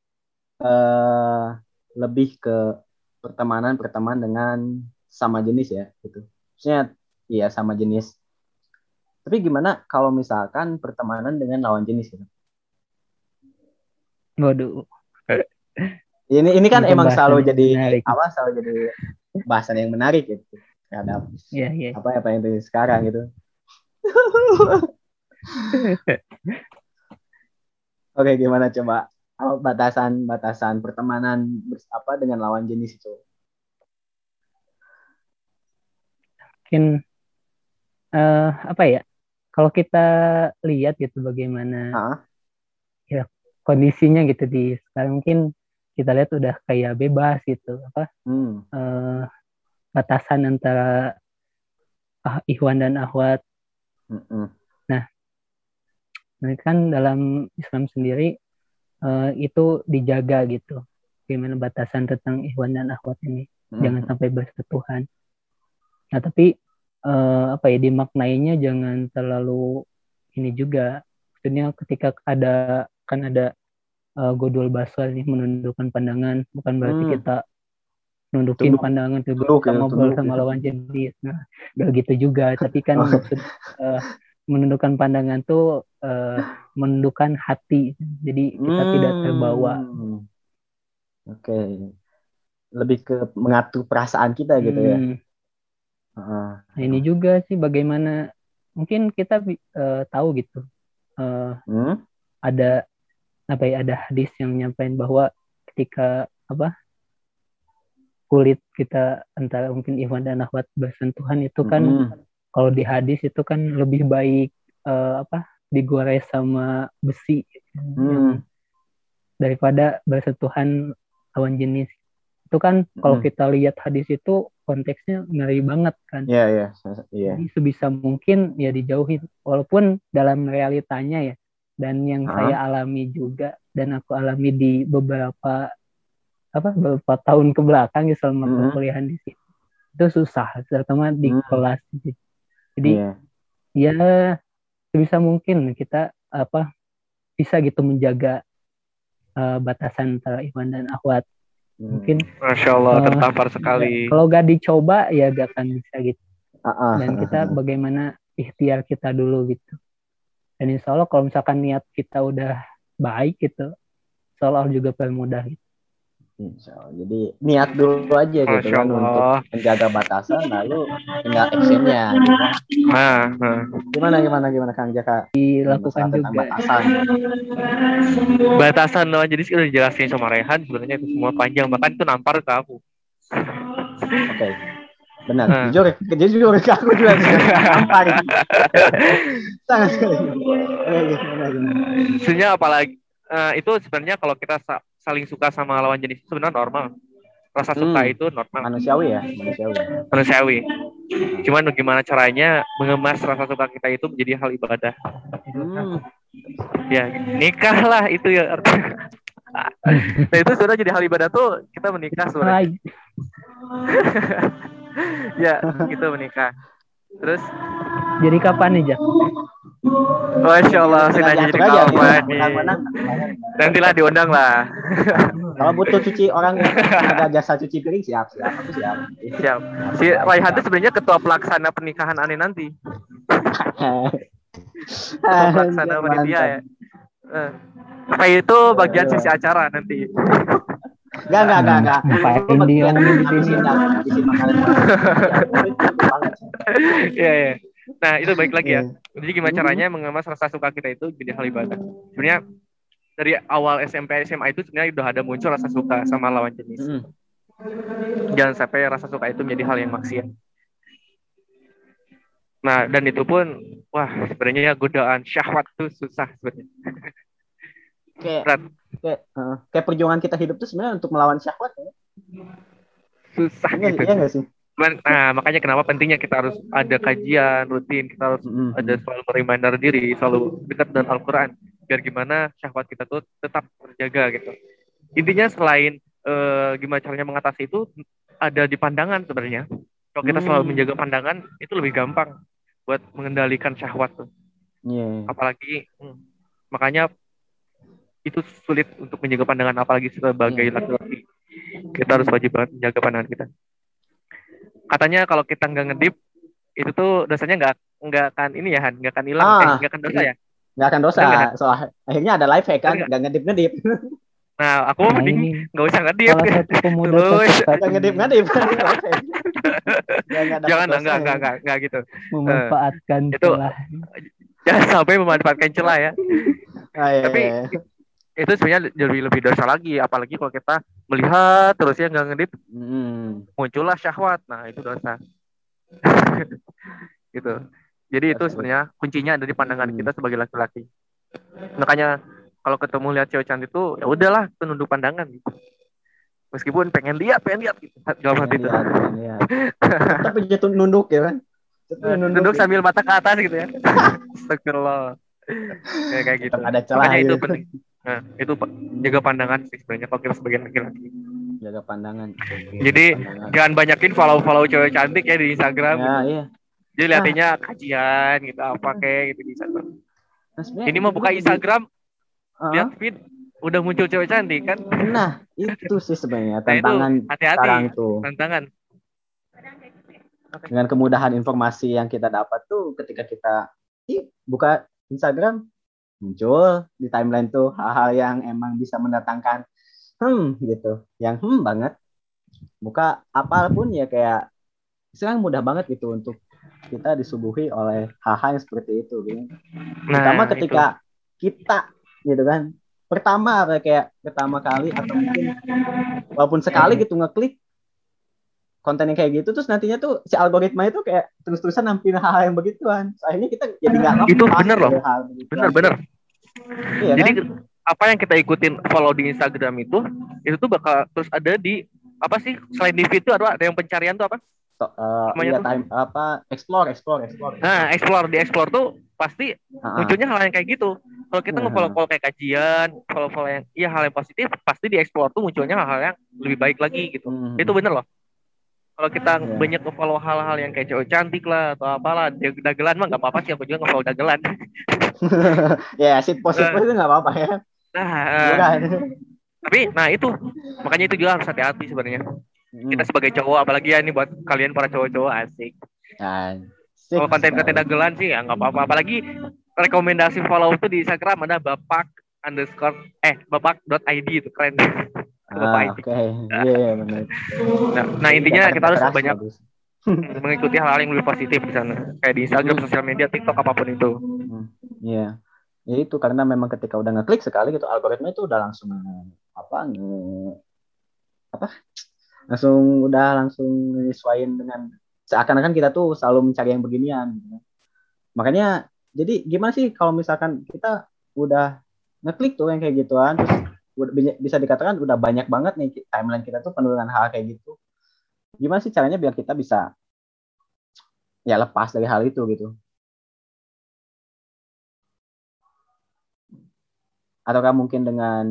lebih ke pertemanan dengan sama jenis ya gitu. Maksudnya iya sama jenis. Tapi gimana kalau misalkan pertemanan dengan lawan jenis gitu? Waduh. Ini kan emang selalu jadi selalu jadi bahasan yang menarik gitu terhadap apa yang terjadi sekarang gitu. Oke, gimana coba batasan pertemanan dengan lawan jenis itu? Mungkin apa ya? Kalau kita lihat gitu bagaimana ya kondisinya gitu di sekarang, mungkin kita lihat udah kayak bebas gitu apa batasan antara ikhwan dan akhwat. Nah kan dalam Islam sendiri itu dijaga gitu, gimana batasan tentang ikhwan dan akhwat ini, jangan sampai bersentuhan. Nah tapi apa ya, dimaknainya jangan terlalu ini juga, maksudnya ketika ada godul basar nih, menundukkan pandangan, bukan berarti kita nundukin pandangan juga kita ngobrol sama lawan jenis. Nah gak gitu juga, tapi kan maksud menundukkan pandangan tuh menundukkan hati, jadi kita tidak terbawa. Oke. Lebih ke mengatur perasaan kita gitu ya. Nah ini juga sih bagaimana mungkin kita tahu gitu, ada hadis yang nyampain bahwa ketika kulit kita antara mungkin ikhwan dan akhwat bersentuhan itu kan kalau di hadis itu kan lebih baik digores sama besi daripada bersentuhan lawan jenis. Itu kan kalau kita lihat hadis itu konteksnya ngeri banget kan. Iya. Jadi sebisa mungkin ya dijauhi, walaupun dalam realitanya ya, dan yang saya alami juga dan aku alami di beberapa tahun ke belakang selama perkuliahan di sini, itu susah, terutama di kelas. Jadi ya sebisa mungkin kita bisa gitu menjaga batasan antara ikhwan dan akhwat. Mungkin Masya Allah, tertampar sekali. Kalau gak dicoba ya gak akan bisa gitu. Dan kita bagaimana ikhtiar kita dulu gitu. Dan insya Allah kalau misalkan niat kita udah baik gitu, insya Allah juga permudah gitu. Insya Allah. Jadi niat dulu aja gitu kan untuk menjaga batasan, lalu tinggal actionnya. Gitu. Gimana Kang Jaka? Dilakukan juga. Batasan loh, jadi udah dijelasin sama Rehan, sebenarnya itu semua panjang, bahkan itu nampar ke aku. Oke. Benar. Jujur ke aku juga nampar. Sangat sekali. Sebenarnya apalagi itu sebenarnya kalau kita saling suka sama lawan jenis itu sebenarnya normal. rasa suka itu normal. Manusiawi. Cuman bagaimana caranya mengemas rasa suka kita itu menjadi hal ibadah. Ya, nikah lah itu ya artinya. Nah itu sudah jadi hal ibadah tuh kita menikah sebenarnya. Ya, kita menikah. Terus jadi kapan nih, Jak? Masya Allah, sengaja jadi kapan nih? Nantilah diundang lah. Kalau butuh cuci orang yang ada jasa cuci piring, siap. Aku siap. Si Raihan itu sebenarnya ketua pelaksana pernikahan Ani nanti. Ketua pelaksana panitia ya. Supaya itu bagian sisi acara nanti. Enggak. Iya. Nah, itu baik lagi ya. Jadi gimana caranya mengemas rasa suka kita itu jadi hal ibadah. Sebenarnya dari awal SMP SMA itu sebenarnya udah ada muncul rasa suka sama lawan jenis. Jangan sampai rasa suka itu menjadi hal yang maksiat. Nah, dan itu pun sebenarnya godaan syahwat itu susah sebenarnya. Kayak perjuangan kita hidup tuh sebenarnya untuk melawan syahwat ya. Susah gitu. Iya nggak sih? Nah, makanya kenapa pentingnya kita harus ada kajian rutin, kita harus ada selalu reminder diri, selalu dekat dengan Al-Quran, biar gimana syahwat kita tuh tetap terjaga gitu. Intinya selain gimana caranya mengatasi itu, ada di pandangan sebenarnya. Kalau kita selalu menjaga pandangan, itu lebih gampang buat mengendalikan syahwat tuh. Apalagi, makanya itu sulit untuk menjaga pandangan, apalagi sebagai laki-laki. Kita harus wajib banget menjaga pandangan kita. Katanya kalau kita nggak ngedip itu tuh dosanya nggak akan ini ya Han, nggak akan hilang, nggak akan dosa ya? Nggak akan dosa. Soal akhirnya ada life hack kan, nggak ngedip. Nah aku mending nggak usah ngedip. Nggak ngedip. Jangan nggak gitu. Memanfaatkan celah. Jangan sampai memanfaatkan celah ya. Tapi itu sebenarnya lebih dosa lagi, apalagi kalau kita melihat terusnya nggak ngedip, muncullah syahwat, nah itu dosa. Gitu. Jadi itu sebenarnya kuncinya ada di pandangan kita sebagai laki-laki. Makanya kalau ketemu lihat cewek cantik itu ya udahlah, tunduk pandangan gitu. Meskipun pengen lihat gitu. Dalam hati itu. Tapi jatuh nunduk ya kan. Nunduk sambil mata ke atas gitu ya. Astagfirullah. Kayak gitu. Ada celah. Makanya itu penting. Nah, itu jaga pandangan sih sebenarnya kalau kita sebagai laki-laki. Jaga pandangan. Jadi jangan banyakin follow cewek cantik ya di Instagram. Ya, gitu. Iya. Jadi liatinnya kajian gitu apa kayak gitu di Instagram. Ini mau buka Instagram, lihat feed udah muncul cewek cantik kan? Nah, itu sih sebenarnya tantangan sekarang tuh. Tantangan. Dengan kemudahan informasi yang kita dapat tuh ketika kita buka Instagram, muncul di timeline tuh hal-hal yang emang bisa mendatangkan gitu, yang banget. Buka apapun ya kayak sekarang mudah banget gitu untuk kita disuguhi oleh hal-hal yang seperti itu gitu. Pertama ketika kita gitu kan, pertama kali atau mungkin walaupun sekali gitu ngeklik konten yang kayak gitu, terus nantinya tuh si algoritma itu kayak terus-terusan nampilin hal-hal yang begituan. Akhirnya kita jadi nggak itu bener loh. Bener. Iya, jadi kan? Apa yang kita ikutin follow di Instagram itu tuh bakal terus ada di apa sih selain di feed tuh ada yang pencarian tuh apa? Explore. Nah, explore tuh pasti munculnya hal yang kayak gitu. Kalau kita nge-follow kayak kajian, follow yang hal yang positif, pasti di explore tuh munculnya hal-hal yang lebih baik lagi gitu. Itu bener loh. Kalau kita banyak nge-follow hal-hal yang kayak cewek cantik lah atau apalah, dagelan mah nggak apa-apa sih, aku juga nge-follow dagelan. Ya, sit post itu nggak apa-apa ya. Tapi itu makanya itu juga harus hati-hati sebenarnya. Kita sebagai cowok, apalagi ya ini buat kalian para cowok-cowok asik. Kalau konten-konten dagelan sih ya nggak apa-apa. Apalagi rekomendasi follow tuh di Instagram ada bapak_bapak.id itu keren. Benar. Nah intinya kita harus banyak mengikuti hal-hal yang lebih positif di sana, kayak di Instagram, sosial media, TikTok, apapun itu. Ya itu karena memang ketika udah ngeklik sekali gitu, algoritma itu udah langsung langsung menyesuaikan dengan seakan-akan kita tuh selalu mencari yang beginian gitu. Makanya jadi gimana sih kalau misalkan kita udah ngeklik tuh yang kayak gituan, terus bisa dikatakan udah banyak banget nih timeline kita tuh penuh dengan hal kayak gitu. Gimana sih caranya biar kita bisa ya lepas dari hal itu gitu? Ataukah mungkin dengan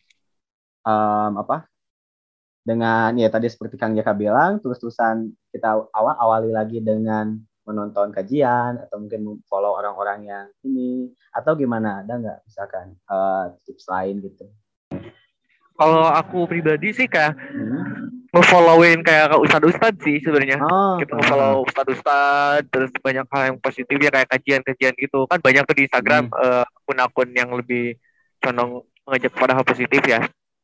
dengan ya tadi seperti Kang Jaka bilang, terus-terusan kita awali lagi dengan menonton kajian atau mungkin follow orang-orang yang ini, atau gimana? Ada nggak misalkan tips lain gitu? Kalau aku pribadi sih kayak nge-followin kayak ustadz-ustadz sih sebenarnya. Kita nge-follow ustadz-ustadz, terus banyak hal yang positif ya kayak kajian-kajian gitu. Kan banyak tuh di Instagram akun-akun yang lebih condong mengajak pada hal positif ya.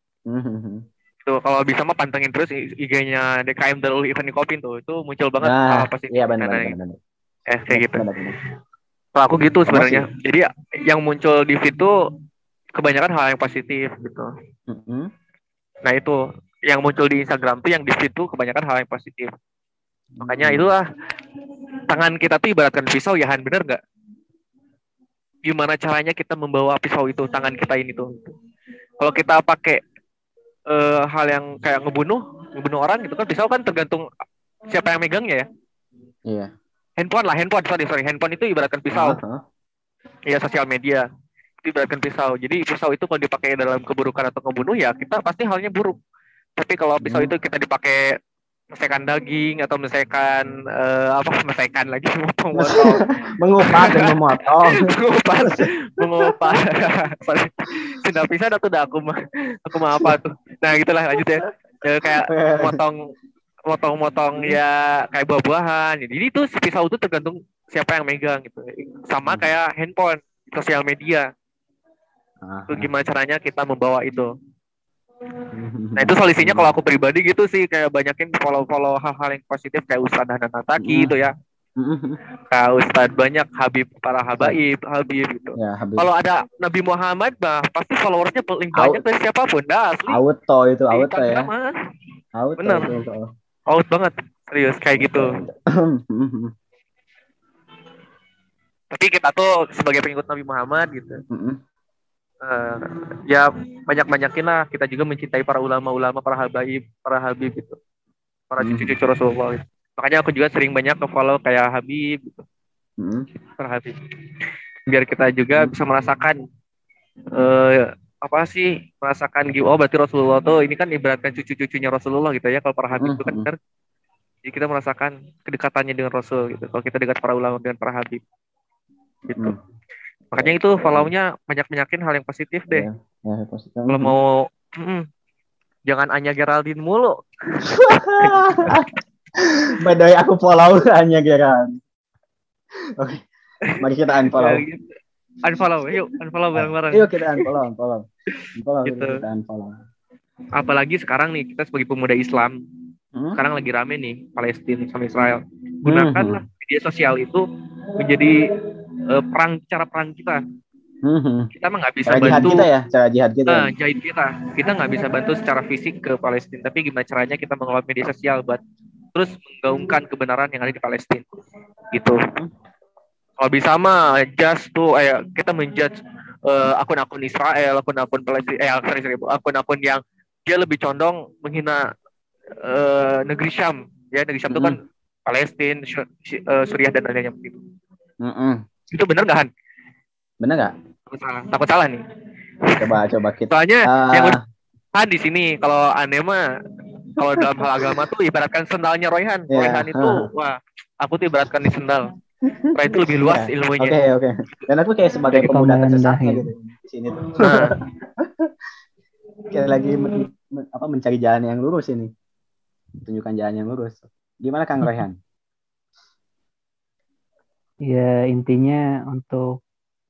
Tuh kalau bisa mah pantengin terus IG-nya DKM Darul Event Kopin tuh. Itu muncul banget hal positif. Iya benar. Kayak gitu. Kalau aku gitu sebenarnya. Jadi yang muncul di feed tuh kebanyakan hal yang positif gitu. Nah itu yang muncul di Instagram tuh yang di feed tuh kebanyakan hal yang positif. Makanya itulah tangan kita tuh ibaratkan pisau ya Han, bener nggak? Gimana caranya kita membawa pisau itu tangan kita ini tuh? Kalau kita pakai hal yang kayak ngebunuh orang gitu kan, pisau kan tergantung siapa yang megangnya ya. Iya. Handphone itu ibaratkan pisau. Iya, sosial media itu ibaratkan pisau. Jadi pisau itu kalau dipakai dalam keburukan atau ngebunuh ya kita pasti halnya buruk. Tapi kalau pisau itu kita dipakai mesekan daging atau mesekan mesekan lagi motong-motong mengupas dan memotong mengupas sorry sudah pisah atau udah aku mah apa tuh. Nah gitulah lanjut ya kayak motong ya kayak buah-buahan. Jadi itu pisau itu tergantung siapa yang megang gitu. Sama kayak handphone, sosial media. Itu gimana caranya kita membawa itu. Nah itu solusinya kalau aku pribadi gitu sih, kayak banyakin follow hal-hal yang positif kayak Ustadz Hanan Ataki itu ya. Kayak Ustadz banyak para Habib gitu. Ya, kalau ada Nabi Muhammad bah pasti followersnya paling banyak dari siapapun dah asli. Auto ya. Bener. Out banget, serius kayak gitu. Tapi kita tuh sebagai pengikut Nabi Muhammad gitu. Ya banyakin lah, kita juga mencintai para ulama-ulama, para Habib gitu, para cucu-cucu Rasulullah gitu. Makanya aku juga sering banyak nge-follow kayak Habib gitu, para Habib, biar kita juga bisa merasakan merasakan berarti Rasulullah tuh ini kan ibaratkan cucu-cucunya Rasulullah gitu ya. Kalau para Habib itu kan jadi kita merasakan kedekatannya dengan Rasul gitu. Kalau kita dekat para ulama dengan para Habib gitu. Makanya itu follow-nya banyakin hal yang positif deh. Ya, positif. Kalau mau jangan Anya Geraldine mulu. By the way, aku follow Anya Geraldine. Oke. Mari kita unfollow. Unfollow bareng-bareng. Yuk kita unfollow. Gitu. Kita unfollow. Apalagi sekarang nih kita sebagai pemuda Islam, sekarang lagi rame nih Palestina sama Israel. Gunakanlah media sosial itu menjadi cara perang kita. Kita mah nggak bisa bantu cara jihad kita. Kita nggak bisa bantu secara fisik ke Palestina, tapi gimana caranya kita mengelola media sosial buat terus menggaungkan kebenaran yang ada di Palestina gitu. Kalau bisa mah kita menjudge akun-akun Israel, akun-akun Palestina, akun-akun yang dia lebih condong menghina negeri Syam ya. Negeri Syam itu kan Palestina, Suriah dan lainnya begitu. Itu benar nggak Han? Benar nggak? Takut salah nih. Coba kita. Soalnya yang Han di sini kalau aneh mah kalau dalam hal agama tuh ibaratkan sendalnya Royhan. Royhan itu aku tuh ibaratkan di sendal. Nah itu lebih luas ilmunya. Oke. Dan aku kayak sebagai pemuda tersesatnya gitu di sini tuh. Kayak lagi mencari jalan yang lurus ini. Tunjukkan jalan yang lurus. Gimana Kang Royhan? Ya intinya untuk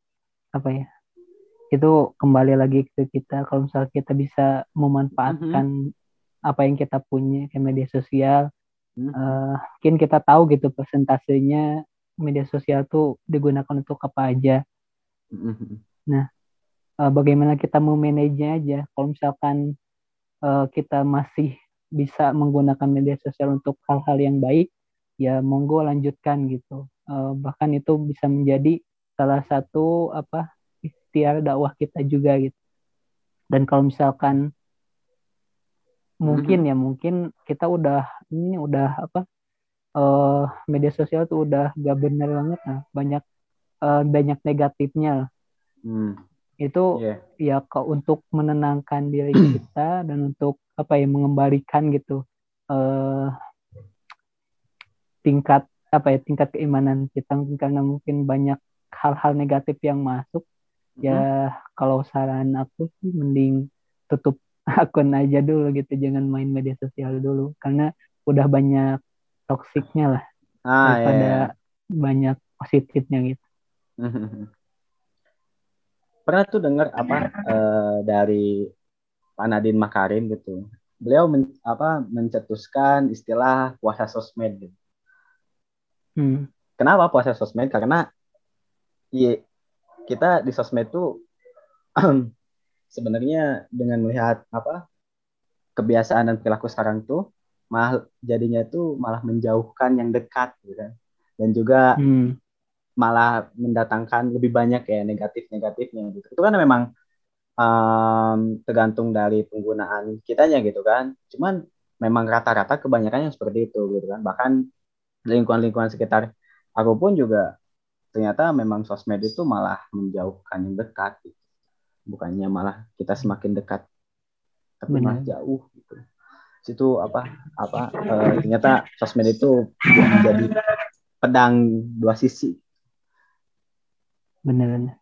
itu kembali lagi ke kita. Kalau misalnya kita bisa memanfaatkan apa yang kita punya ke media sosial, mungkin kita tahu gitu persentasenya media sosial tuh digunakan untuk apa aja. Nah, bagaimana kita mau manage-nya aja. Kalau misalkan kita masih bisa menggunakan media sosial untuk hal-hal yang baik, ya monggo lanjutkan gitu. Bahkan itu bisa menjadi salah satu ikhtiar dakwah kita juga gitu. Dan kalau misalkan mungkin kita udah media sosial tuh udah gak bener banget, nah banyak negatifnya. Itu ya untuk menenangkan diri kita dan untuk mengembalikan gitu tingkat keimanan kita, karena mungkin banyak hal-hal negatif yang masuk. Ya kalau saran aku sih mending tutup akun aja dulu gitu, jangan main media sosial dulu karena udah banyak toksiknya lah daripada banyak positifnya gitu. Pernah tuh dengar dari Pak Nadiem Makarim gitu. Beliau mencetuskan istilah puasa sosmed gitu. Kenapa puasa sosmed? Karena kita di sosmed tuh sebenarnya dengan melihat kebiasaan dan perilaku sekarang tuh jadinya tuh malah menjauhkan yang dekat gitu kan. Dan juga malah mendatangkan lebih banyak ya negatifnya gitu. Itu kan memang tergantung dari penggunaan kitanya gitu kan. Cuman memang rata-rata kebanyakan yang seperti itu gitu kan. Bahkan lingkungan-lingkungan sekitar aku pun juga ternyata memang sosmed itu malah menjauhkan yang dekat gitu. Bukannya malah kita semakin dekat tapi malah jauh gitu. Situ ternyata sosmed itu menjadi pedang dua sisi. Benar.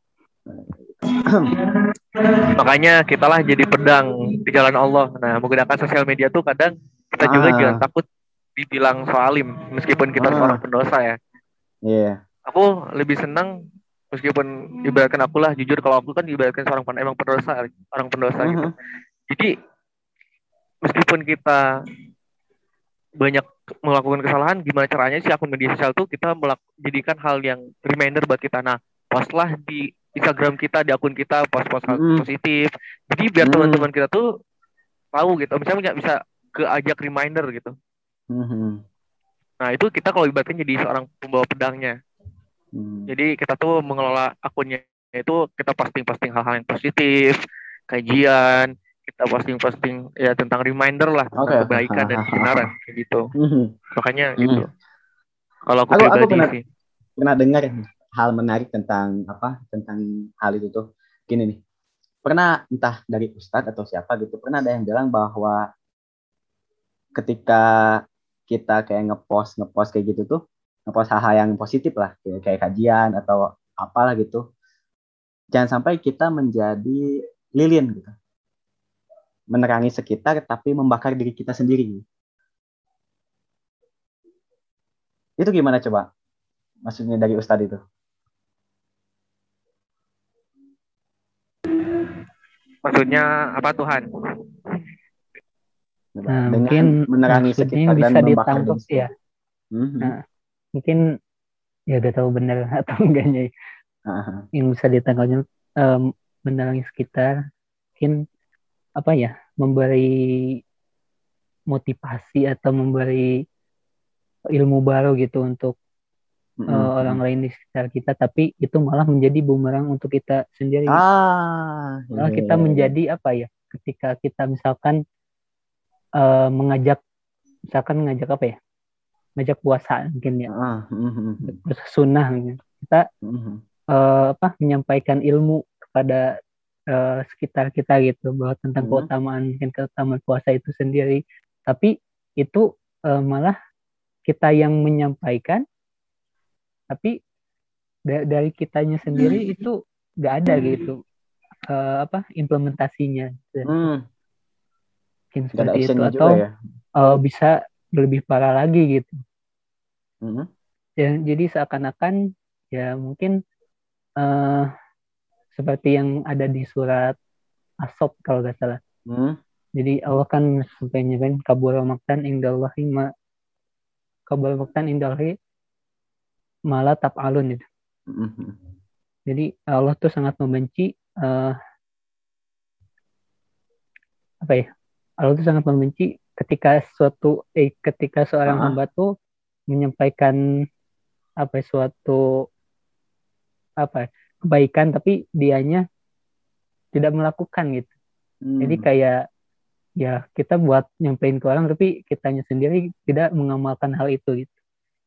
Makanya kitalah jadi pedang di jalan Allah. Nah, menggunakan sosial media tuh kadang kita juga jangan takut dibilang soalim meskipun kita seorang pendosa ya. Iya. Aku lebih senang meskipun ibaratkan aku lah, jujur kalau aku kan ibaratkan orang pendosa gitu. Jadi meskipun kita banyak melakukan kesalahan, gimana caranya sih akun media sosial tuh kita jadikan hal yang reminder buat kita. Nah, postlah di Instagram kita, di akun kita post-post hal positif. Jadi biar teman-teman kita tuh tahu gitu. Misalnya bisa keajak reminder gitu. Nah, itu kita kalau ibaratkan jadi seorang pembawa pedangnya. Jadi kita tuh mengelola akunnya itu kita posting hal-hal yang positif, kajian, kita posting ya tentang reminder lah tentang kebaikan dan kebenaran kayak gitu. Makanya gitu. Kalau aku pribadi pernah dengar hal menarik tentang hal itu tuh. Gini nih. Pernah entah dari ustadz atau siapa gitu, pernah ada yang bilang bahwa ketika kita kayak ngepost kayak gitu tuh, ngepost hal-hal yang positif lah, kayak kajian atau apalah gitu, jangan sampai kita menjadi lilin gitu, menerangi sekitar tapi membakar diri kita sendiri. Itu gimana coba maksudnya dari ustadz itu? Maksudnya apa Tuhan? Nah, mungkin menerangi sekitar dan membakar diri sendiri. Ya. Nah, mungkin ya udah tahu benar atau enggaknya. Yang bisa ditangkapnya menerangi sekitar, mungkin memberi motivasi atau memberi ilmu baru gitu untuk orang lain di sekitar kita, tapi itu malah menjadi bumerang untuk kita sendiri. Malah kita menjadi ketika kita misalkan mengajak puasa mungkin ya, sunnah kita menyampaikan ilmu kepada sekitar kita gitu, bahwa tentang keutamaan puasa itu sendiri, tapi itu malah kita yang menyampaikan, tapi dari kitanya sendiri itu nggak ada gitu implementasinya. Mungkin seperti itu, atau ya? Bisa lebih parah lagi gitu. Ya, jadi seakan-akan ya mungkin seperti yang ada di surat As-Sof kalau nggak salah. Jadi Allah kan sampai nyebarin kabura maktan indallahi malah taf'alun gitu. Jadi Allah tuh sangat membenci Allah tuh sangat membenci ketika seorang hamba tuh menyampaikan suatu kebaikan tapi dianya tidak melakukan gitu. Jadi kayak ya kita buat nyampein ke orang tapi kitanya sendiri tidak mengamalkan hal itu gitu.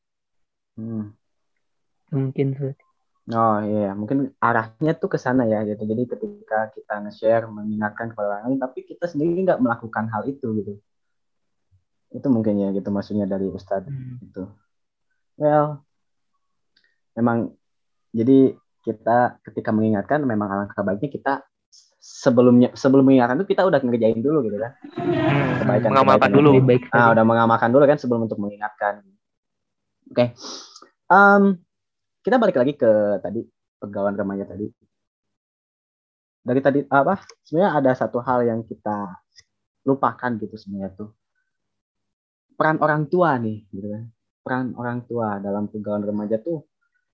Mungkin tuh. Oh iya, mungkin arahnya tuh ke sana ya gitu. Jadi ketika kita nge-share, mengingatkan kepada orang lain, tapi kita sendiri nggak melakukan hal itu gitu. Itu mungkin ya gitu maksudnya dari Ustadz itu. Well, memang jadi kita ketika mengingatkan memang alangkah baiknya kita sebelum mengingatkan itu kita udah ngerjain dulu gitu kan. Mengamalkan dulu. Udah mengamalkan dulu kan sebelum untuk mengingatkan. Oke. Kita balik lagi ke tadi pergaulan remaja tadi. Dari tadi sebenarnya ada satu hal yang kita lupakan gitu sebenarnya tuh. Peran orang tua nih gitu kan. Peran orang tua dalam pergaulan remaja tuh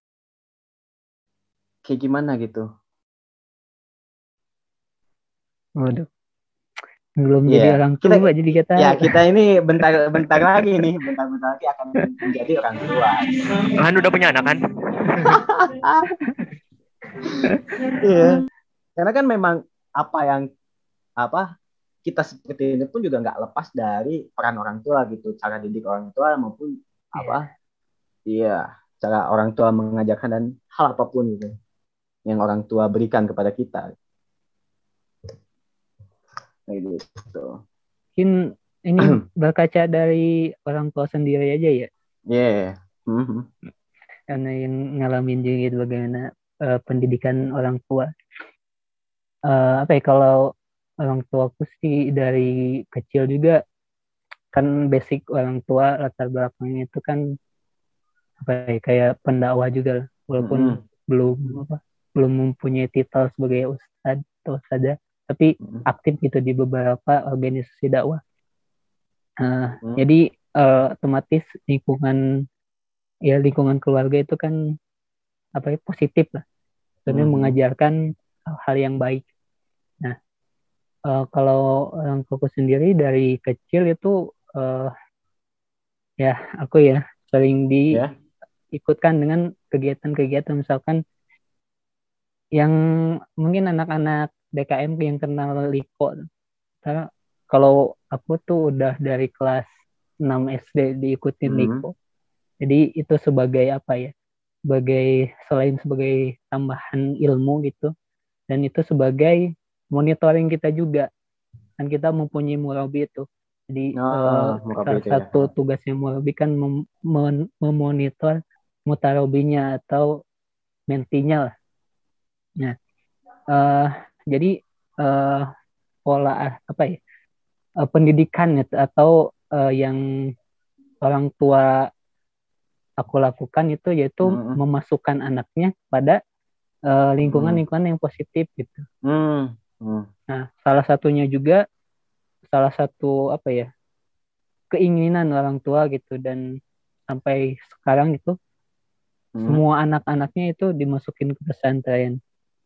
kayak gimana gitu. Waduh. Belum jadi orang tua jadi kita. Ya, kita ini bentar lagi nih, bentar lagi akan menjadi orang tua. Kan udah punya anak kan? Iya. Karena kan memang kita seperti ini pun juga nggak lepas dari peran orang tua gitu, cara didik orang tua maupun cara orang tua mengajarkan dan hal apapun gitu yang orang tua berikan kepada kita. Kayak gitu. Mungkin ini berkaca dari orang tua sendiri aja ya. Iya. Karena yang ngalamin juga bagaimana pendidikan orang tua. Kalau orang tuaku sih dari kecil juga kan basic orang tua latar belakangnya itu kan kayak pendakwah juga lah. Walaupun belum mempunyai titel sebagai ustadz atau ustadzah, tapi aktif gitu di beberapa organisasi dakwah. Jadi otomatis lingkungan keluarga itu kan positif lah, karena mengajarkan hal yang baik. Nah, kalau orang tuaku sendiri dari kecil itu aku sering diikutkan dengan kegiatan-kegiatan, misalkan yang mungkin anak-anak DKM yang kenal Liko. Karena kalau aku tuh udah dari kelas 6 SD diikutin Liko. Jadi itu sebagai selain sebagai tambahan ilmu gitu, dan itu sebagai monitoring kita juga. Kan kita mempunyai murabi itu. Jadi salah satu tugasnya murabi kan memonitor mutarobinya atau mentinya lah. Nah, jadi pola pendidikan atau yang orang tua aku lakukan itu yaitu memasukkan anaknya pada lingkungan-lingkungan yang positif gitu. Nah, salah satu keinginan orang tua gitu, dan sampai sekarang itu semua anak-anaknya itu dimasukin ke pesantren.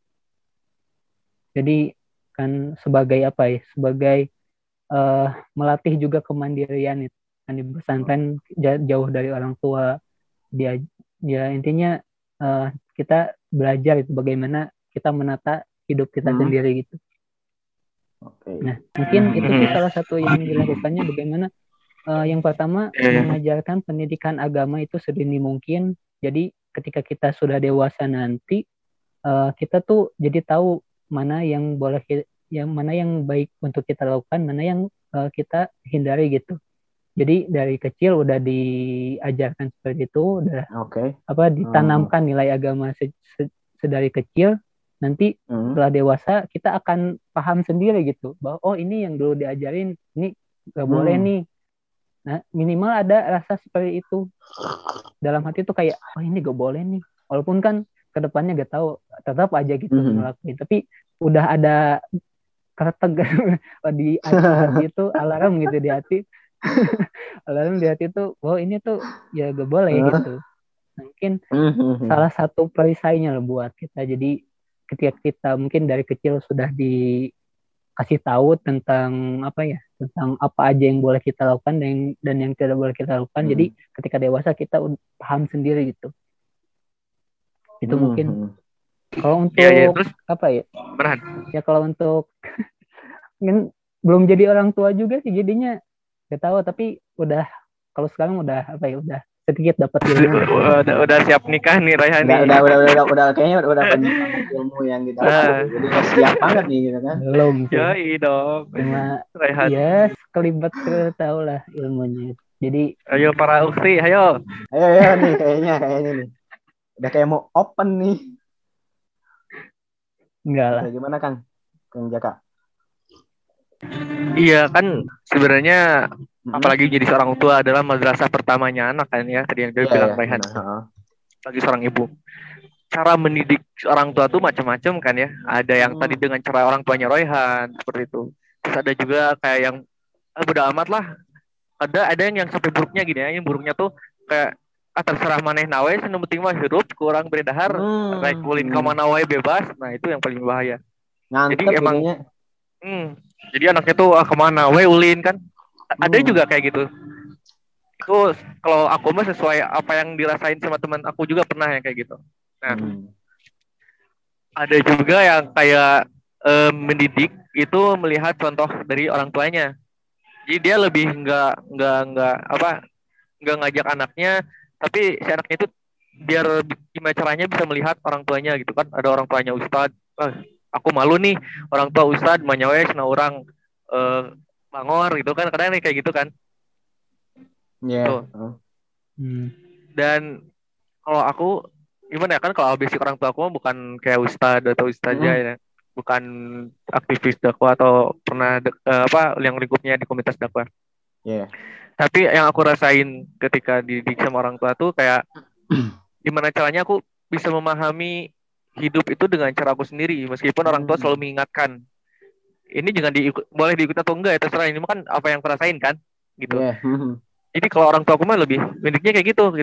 Jadi kan sebagai sebagai melatih juga kemandirian itu kan, di pesantren jauh dari orang tua. Dia intinya kita belajar itu bagaimana kita menata hidup kita sendiri gitu. Nah, mungkin itu sih salah satu yang dilakukannya, bagaimana yang pertama mengajarkan pendidikan agama itu sedini mungkin. Jadi ketika kita sudah dewasa nanti, kita tuh jadi tahu mana yang mana yang baik untuk kita lakukan, mana yang kita hindari gitu. Jadi dari kecil udah diajarkan seperti itu, udah ditanamkan nilai agama sedari kecil. Nanti setelah dewasa kita akan paham sendiri gitu, bahwa ini yang dulu diajarin ini gak boleh nih. Nah, minimal ada rasa seperti itu dalam hati tuh, kayak ini gak boleh nih, walaupun kan kedepannya gak tahu, tetap aja gitu ngelakuin, tapi udah ada kertek di hati itu, alarm gitu di hati. Alarm di hati tuh, ini tuh ya gak boleh gitu. Mungkin salah satu perisainya lah buat kita. Jadi ketika kita mungkin dari kecil sudah dikasih tahu tentang tentang apa aja yang boleh kita lakukan dan yang tidak boleh kita lakukan. Jadi ketika dewasa kita paham sendiri gitu. Itu mungkin. Kalau untuk terus, kalau untuk Kan belum jadi orang tua juga sih jadinya gak tahu, tapi udah kalau sekarang udah apa ya, udah sedikit dapat ilmu. Udah siap nikah nih Raihan nih. Udah kayaknya udah banyak banget ilmu yang didapat. Jadi udah siap banget nih gitu kan. Belum sih. Yoi dong. Cuma Raihan. ya sekelibat tahu lah ilmunya. Jadi ayo para ukti, ayo. Ayo nih kayaknya nih. Udah kayak mau open nih. Enggak lah. Oke, gimana Kang Jaka? Iya kan sebenarnya apalagi jadi seorang tua adalah madrasah pertamanya anak kan ya, tadi yang dia bilang Raihan. Bagi seorang ibu, cara mendidik seorang tua tuh macam-macam kan ya. Ada yang tadi dengan cara orang tuanya Raihan seperti itu. Terus ada juga kayak yang bodo amat lah. Ada yang sampai buruknya gini ya. Yang buruknya tuh kayak terserah maneh nawe, senu penting mah hidup kurang beredahar, kayak kulin ka mana wae bebas. Nah, itu yang paling bahaya. Ngantep jadi emang jadi anaknya tuh kemana wae ulin kan. Ada juga kayak gitu. Itu kalau aku mah sesuai apa yang dirasain sama teman aku juga pernah yang kayak gitu. Nah, ada juga yang kayak mendidik itu melihat contoh dari orang tuanya. Jadi dia lebih nggak ngajak anaknya, tapi si anaknya itu biar gimana caranya bisa melihat orang tuanya gitu kan. Ada orang tuanya ustad, aku malu nih orang tua ustad manyawes na orang bangor gitu kan, kadang kayak gitu kan. Iya. Dan kalau aku gimana ya kan, kalau basic orang tua aku bukan kayak ustad atau ustazah ya, bukan aktivis dakwah atau pernah yang lingkupnya di komunitas dakwah. Tapi yang aku rasain ketika dididik sama orang tua tuh kayak gimana caranya aku bisa memahami hidup itu dengan cara aku sendiri, meskipun orang tua selalu mengingatkan ini jangan boleh diikut atau enggak ya terserah, ini kan apa yang aku rasain kan gitu. Jadi kalau orang tua aku mah lebih mendidiknya kayak gitu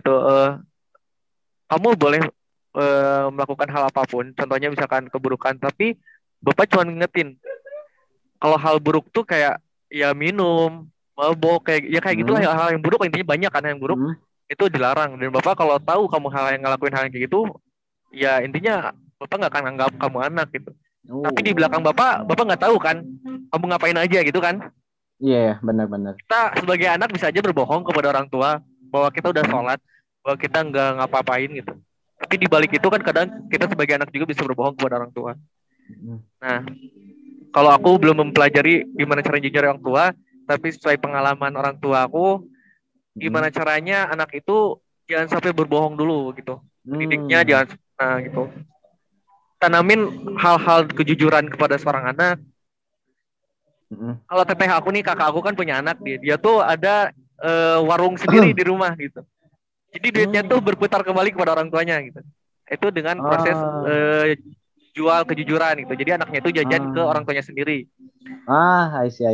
kamu boleh melakukan hal apapun, contohnya misalkan keburukan, tapi bapak cuma ngingetin kalau hal buruk tuh kayak ya minum, mabok, kayak gitulah, hal yang buruk intinya banyak kan yang buruk itu dilarang. Dan bapak kalau tahu kamu ngelakuin hal yang kayak gitu, ya intinya bapak nggak akan anggap kamu anak gitu. Tapi di belakang bapak nggak tahu kan kamu ngapain aja gitu kan. Iya, benar-benar. Kita sebagai anak bisa aja berbohong kepada orang tua bahwa kita udah sholat, bahwa kita nggak ngapa-ngapain gitu. Tapi di balik itu kan kadang kita sebagai anak juga bisa berbohong kepada orang tua. Nah, kalau aku belum mempelajari gimana cara jujur orang tua, tapi sesuai pengalaman orang tua aku, gimana caranya anak itu jangan sampai berbohong dulu gitu. Didiknya jangan gitu. Tanamin hal-hal kejujuran kepada seorang anak. Kalau teteh aku nih, kakak aku kan punya anak, dia tuh ada warung sendiri di rumah gitu. Jadi duitnya tuh berputar kembali kepada orang tuanya gitu. Itu dengan proses jual kejujuran gitu. Jadi anaknya itu jajan ke orang tuanya sendiri. I see.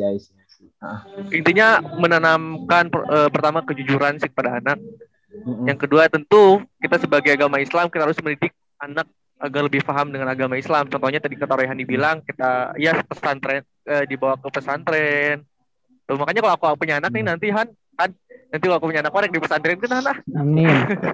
Intinya menanamkan pertama kejujuran sih kepada anak. Yang kedua tentu kita sebagai agama Islam kita harus mendidik anak agar lebih paham dengan agama Islam. Contohnya tadi kata Raihan dibilang kita ya pesantren, dibawa ke pesantren. Tuh, makanya kalau aku punya anak nih nanti nanti kalau aku punya anak orang di pesantren kan Amin.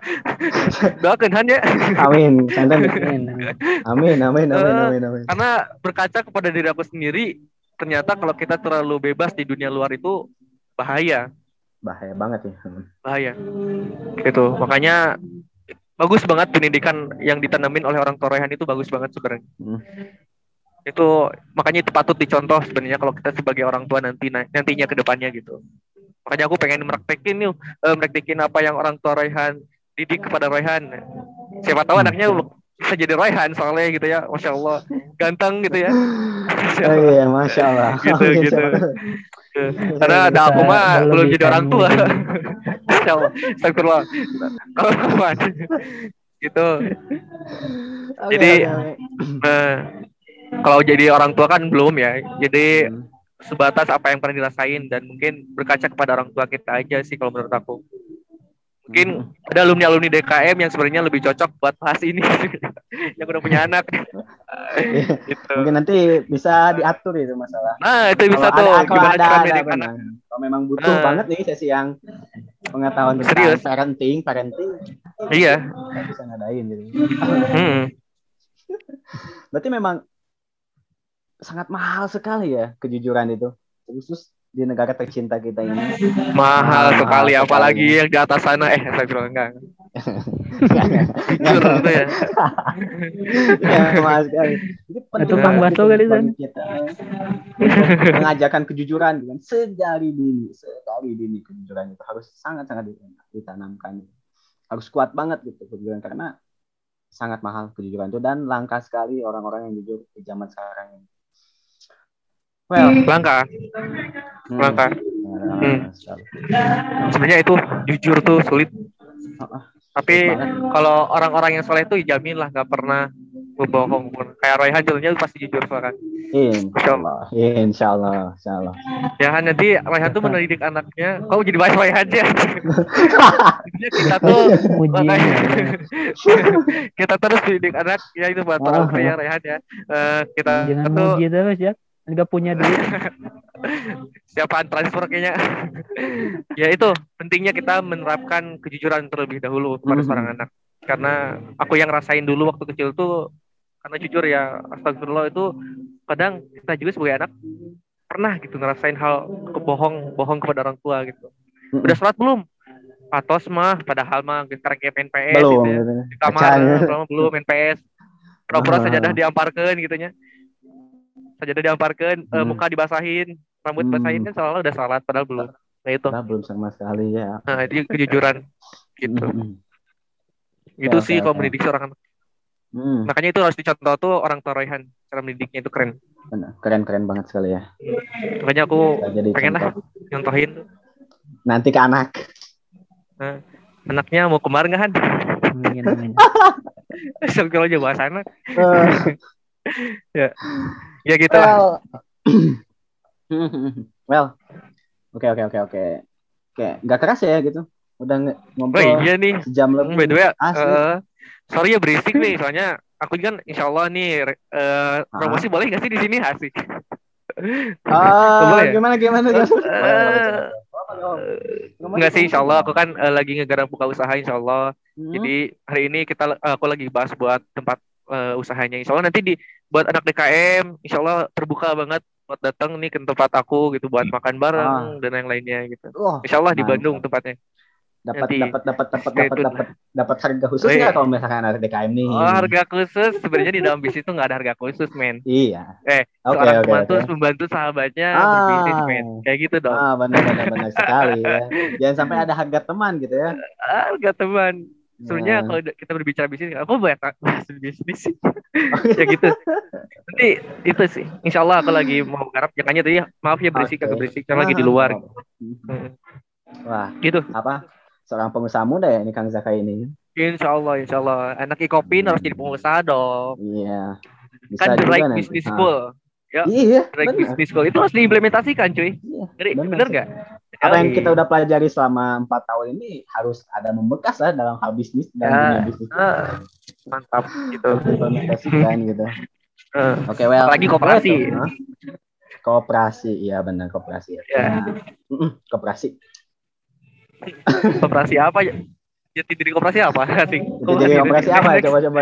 Doakan Han ya. Amin. Amin. Karena berkaca kepada diri aku sendiri, ternyata kalau kita terlalu bebas di dunia luar itu bahaya. Bahaya banget ya. Bahaya. Gitu. Makanya bagus banget pendidikan yang ditanamin oleh orang tua Raihan itu bagus banget sebenarnya. Itu makanya itu patut dicontoh sebenarnya kalau kita sebagai orang tua nantinya ke depannya gitu. Makanya aku pengen praktekin apa yang orang tua Raihan didik kepada Raihan. Siapa tahu anaknya bisa jadi Raihan soalnya gitu ya. Masya Allah. Ganteng gitu ya. Oh iya, Masya Allah. gitu. Karena ada aku mah belum jadi orang tua. Masya Allah. Astagfirullah. Kalau kapan gitu. Jadi kalau jadi orang tua kan belum ya. Jadi sebatas apa yang pernah dirasain dan mungkin berkaca kepada orang tua kita aja sih kalau menurut aku. Mungkin ada alumni DKM yang sebenarnya lebih cocok buat bahas ini yang udah punya anak. Gitu. Mungkin nanti bisa diatur itu masalah. Nah, itu bisa tuh gimana cara mendidik anak. Kalau memang butuh banget nih sesi yang pengetahuan tentang parenting. Iya. Bisa ngadain gitu. Berarti memang sangat mahal sekali ya kejujuran itu, khusus di negara tercinta kita ini. Mahal sekali, apalagi yang di atas sana. Saya bilang enggak. Jujur tuh ya. Ya, mahal sekali. Jadi penting banget bagi kita mengajarkan kejujuran dengan sedari dini kejujuran itu harus sangat-sangat ditanamkan. Harus kuat banget gitu kejujuran, karena sangat mahal kejujuran itu dan langka sekali orang-orang yang jujur di zaman sekarang ini. Langka. Sebenarnya itu jujur tuh sulit. Tapi kalau orang-orang yang soleh itu jamin lah nggak pernah berbohong pun. Kayak Raihan contohnya pasti jujur soalnya. Insya Allah. Ya kan, nanti Raihan tuh mendidik anaknya. Kau jadi bahas Raihan aja. Kita tuh kita terus didik anak ya, itu buat orang tua ya Raihan ya. Kita jangan muji terus ya. Nggak punya duit. Siapaan transfer kayaknya. Ya itu pentingnya kita menerapkan kejujuran terlebih dahulu kepada seorang anak. Karena aku yang rasain dulu waktu kecil tuh, karena jujur ya, astagfirullah, itu kadang kita juga sebagai anak pernah gitu ngerasain hal bohong kepada orang tua gitu. Udah sholat belum? Patos mah, padahal mah sekarang kayak main PS belum, gitu ya. Di kamar belum main PS. Pura-pura sajadah diamparkeun gitu nya. Sajadah diamparkeun, muka dibasahin, rambut basahin, kan seolah udah salat padahal belum. Nah itu. Belum sama sekali ya. Nah, itu kejujuran gitu. Itu sih kalau mendidik seorang anak. Makanya itu harus dicontoh tuh orang tua Raihan. Cara mendidiknya itu keren. Keren banget sekali ya. Makanya aku pengen lah nyontohin. Nanti ke anak. Nah, anaknya mau kemar nggak Han? Kalau aja bahas anak. Ya gitu lah. Oke. Nggak keras ya gitu. Udah ngobrol iya nih. sejam lebih. By the way, sorry ya berisik nih, soalnya aku kan insya Allah nih promosi boleh nggak sih di sini? Asik. Boleh ya? Gimana? Nggak sih, insya Allah aku kan lagi ngegarap buka usaha insya Allah. Jadi hari ini aku lagi bahas buat tempat usahanya. Insya Allah nanti buat anak DKM, insya Allah terbuka banget buat datang nih ke tempat aku gitu, buat makan bareng dan yang lainnya gitu. Insya Allah di Bandung tempatnya. Dapat harga khusus nggak kalau misalkan ada DKM nih? Harga khusus sebenarnya di dalam bisnis itu nggak ada harga khusus, men. Iya. Seorang teman tuh membantu sahabatnya berbisnis, men. Kayak gitu dong. Benar sekali ya. Jangan sampai ada harga teman gitu ya. Harga teman. Sebenarnya kalau kita berbicara bisnis, aku bahas bisnis sih. Ya gitu. Nanti itu sih. Insya Allah aku lagi mau garap. Makanya tadi maaf ya berisik, agak berisik. Karena lagi di luar. Wah. Gitu. Apa? Seorang pengusaha muda ya ini Kang Zakai ini. Insya Allah. Anak Ikopin harus jadi pengusaha dong. Iya. Bisa kan The Right Business School. Ya, iya. The Right Business School itu harus diimplementasikan, cuy. Iya, bener nggak? Apa yang kita udah pelajari selama 4 tahun ini harus ada membekas lah dalam hal bisnis dan dunia bisnis. Mantap gitu. Implementasikan gitu. Oke, lagi koperasi. Koperasi, iya benar koperasi. Ya. Koperasi. Koperasi apa ya? Jadi diri koperasi apa? Jadi koperasi apa? Coba.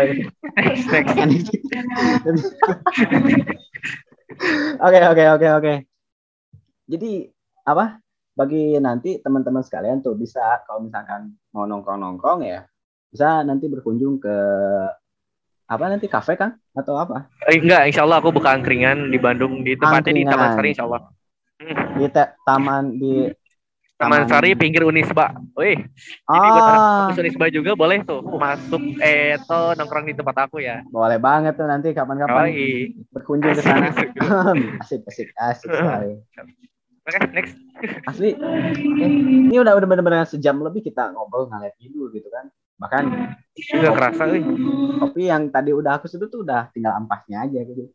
Oke. Jadi apa? Bagi nanti teman-teman sekalian tuh bisa kalau misalkan mau nongkrong ya, bisa nanti berkunjung ke apa nanti kafe kan atau apa? Enggak, insya Allah aku buka angkringan di Bandung, di tempatnya di Taman Sari insya Allah. Di Taman Sari pinggir Unisba. Wih. Jadi buat anak Unisba juga boleh tuh masuk nongkrong di tempat aku ya. Boleh banget tuh nanti kapan-kapan berkunjung ke sana. Asik sekali. Oke, next. Asli. Ini udah benar-benar sejam lebih kita ngobrol ngalir tidur gitu kan. Bahkan nggak kerasa nih. Kopi yang tadi udah aku seduh tuh udah tinggal ampasnya aja gitu.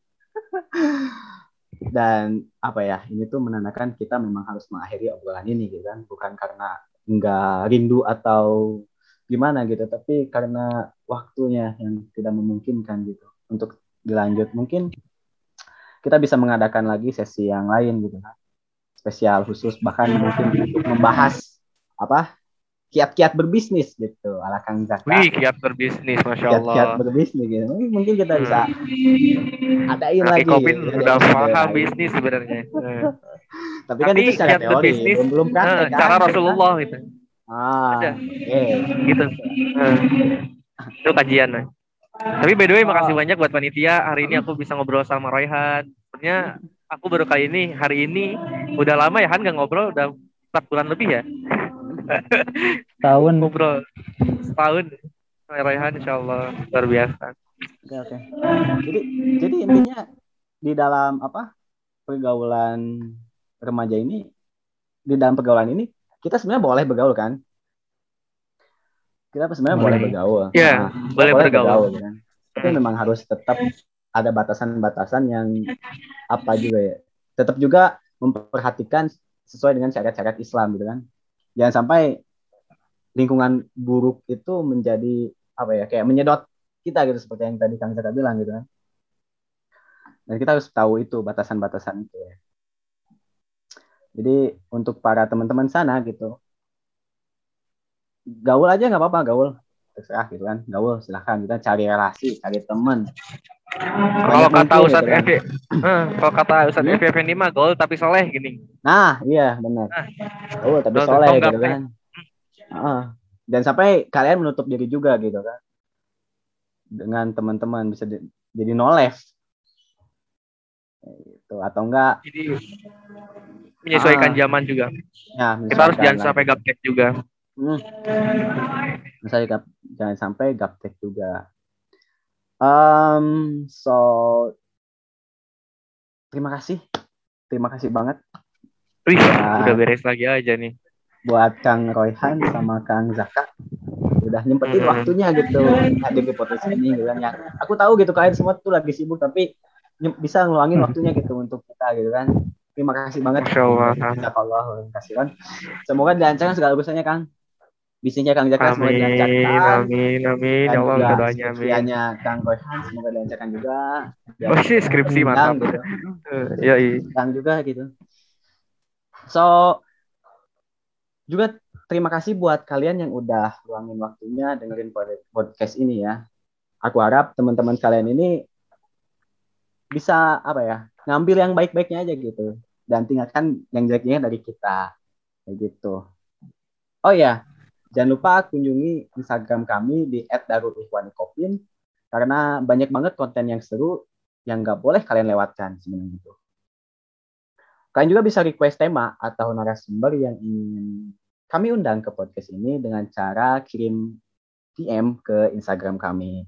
Dan apa ya, ini tuh menandakan kita memang harus mengakhiri obrolan ini gitu kan, bukan karena nggak rindu atau gimana gitu, tapi karena waktunya yang tidak memungkinkan gitu untuk dilanjut. Mungkin kita bisa mengadakan lagi sesi yang lain gitu kan, spesial khusus bahkan mungkin untuk membahas apa kiat-kiat berbisnis gitu ala Kang Zaka. Wih, kiat berbisnis, Masya Allah. Kiat-kiat berbisnis gitu. Mungkin kita bisa adain lagi. Kopin udah paham bisnis sebenarnya. Tapi kan itu secara teori, belum praktek kan. Cara Rasulullah gitu. Ada. Gitu. Itu kajian. Tapi by the way, makasih banyak buat panitia. Hari ini aku bisa ngobrol sama Royhan. Sebenarnya aku baru kali ini, hari ini udah lama ya Han nggak ngobrol, udah 4 bulan lebih ya. Tahun ngobrol setahun sama Royhan, insyaallah luar biasa. Oke. Jadi intinya di dalam pergaulan remaja ini, di dalam pergaulan ini kita sebenarnya boleh bergaul kan? Kita sebenarnya boleh bergaul. Iya, boleh bergaul kan? Tapi memang harus tetap ada batasan-batasan yang apa juga ya. Tetap juga memperhatikan sesuai dengan syariat-syariat Islam gitu kan. Jangan sampai lingkungan buruk itu menjadi kayak menyedot kita gitu, seperti yang tadi Kang Zaka bilang gitu kan. Dan kita harus tahu itu batasan-batasan itu ya. Jadi untuk para teman-teman sana gitu, gaul aja nggak apa-apa, gaul terserah gitu kan, gaul silahkan, kita cari relasi, cari teman. Kalau kata Ustadz kalau kata Ustadz Effendi mah gaul tapi soleh gini. Nah iya benar, gaul tapi soleh gitu kan. Dan sampai kalian menutup diri juga gitu kan, dengan teman-teman bisa jadi no left gitu, atau enggak jadi menyesuaikan zaman juga ya, kita harus jangan sampai gaptek juga. Jangan sampai gaptek juga. So terima kasih banget. Udah beres lagi aja nih buat Kang Royhan sama Kang Zaka, udah nyempetin waktunya gitu hadir di podcast ini gitu kan. Ya aku tahu gitu kalian semua tuh lagi sibuk, tapi bisa ngeluangin waktunya gitu untuk kita gitu kan. Terima kasih banget. Insyaallah kasihan. Semoga dilancarkan segala urusannya Kang. Bisnisnya Kang Zaka semoga dilancarkan. Amin. Ya Allah, doanya amin. Skripsianya Kang Royhan semoga dilancarkan juga. Skripsi mantap gitu. Iya. Kang juga gitu. So juga terima kasih buat kalian yang udah luangin waktunya dengerin podcast ini ya. Aku harap teman-teman kalian ini bisa ngambil yang baik-baiknya aja gitu, dan tinggalkan yang jeleknya dari kita kayak gitu. Oh ya, jangan lupa kunjungi Instagram kami di @darul_ikhwanikopin karena banyak banget konten yang seru yang nggak boleh kalian lewatkan sebenarnya gitu. Kalian juga bisa request tema atau narasumber yang ingin kami undang ke podcast ini dengan cara kirim DM ke Instagram kami.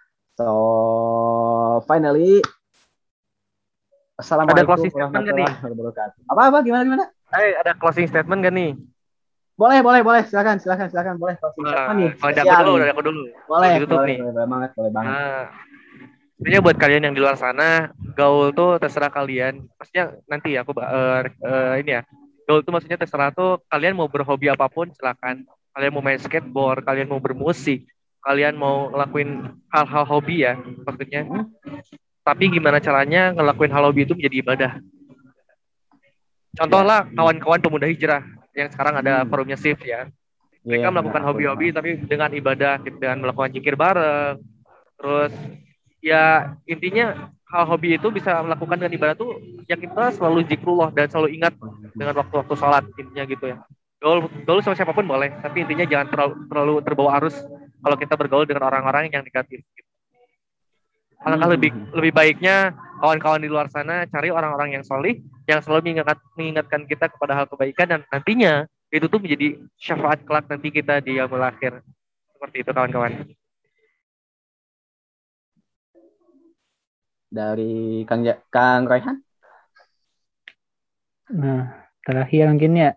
So finally, Assalamualaikum warahmatullahi wabarakatuh. Apa gimana? Ada closing statement gak nih? Boleh. Silakan. Boleh closing statement nih. Aku dulu. Boleh banget. Sebenarnya buat kalian yang di luar sana, gaul tuh terserah kalian. Maksudnya nanti aku ini ya. Gaul tuh maksudnya terserah tuh kalian mau berhobi apapun silakan. Kalian mau main skateboard, kalian mau bermusik, kalian mau ngelakuin hal-hal hobi ya maksudnya. Tapi gimana caranya ngelakuin hal hobi itu menjadi ibadah. Contohlah kawan-kawan pemuda hijrah yang sekarang ada forumnya Shift ya. Mereka melakukan hobi-hobi tapi dengan ibadah, dengan melakukan zikir bareng. Terus ya intinya hal hobi itu bisa melakukan dengan ibadah tuh ya kita selalu zikrullah dan selalu ingat dengan waktu-waktu sholat, intinya gitu ya. Gaul sama siapapun boleh, tapi intinya jangan terlalu terbawa arus kalau kita bergaul dengan orang-orang yang negatif gitu. Alangkah lebih baiknya kawan-kawan di luar sana cari orang-orang yang solih yang selalu mengingatkan kita kepada hal kebaikan, dan nantinya itu tuh menjadi syafaat kelak nanti kita di yaumul akhir. Seperti itu kawan-kawan. Dari Kang Royhan? Nah, terakhir mungkin ya,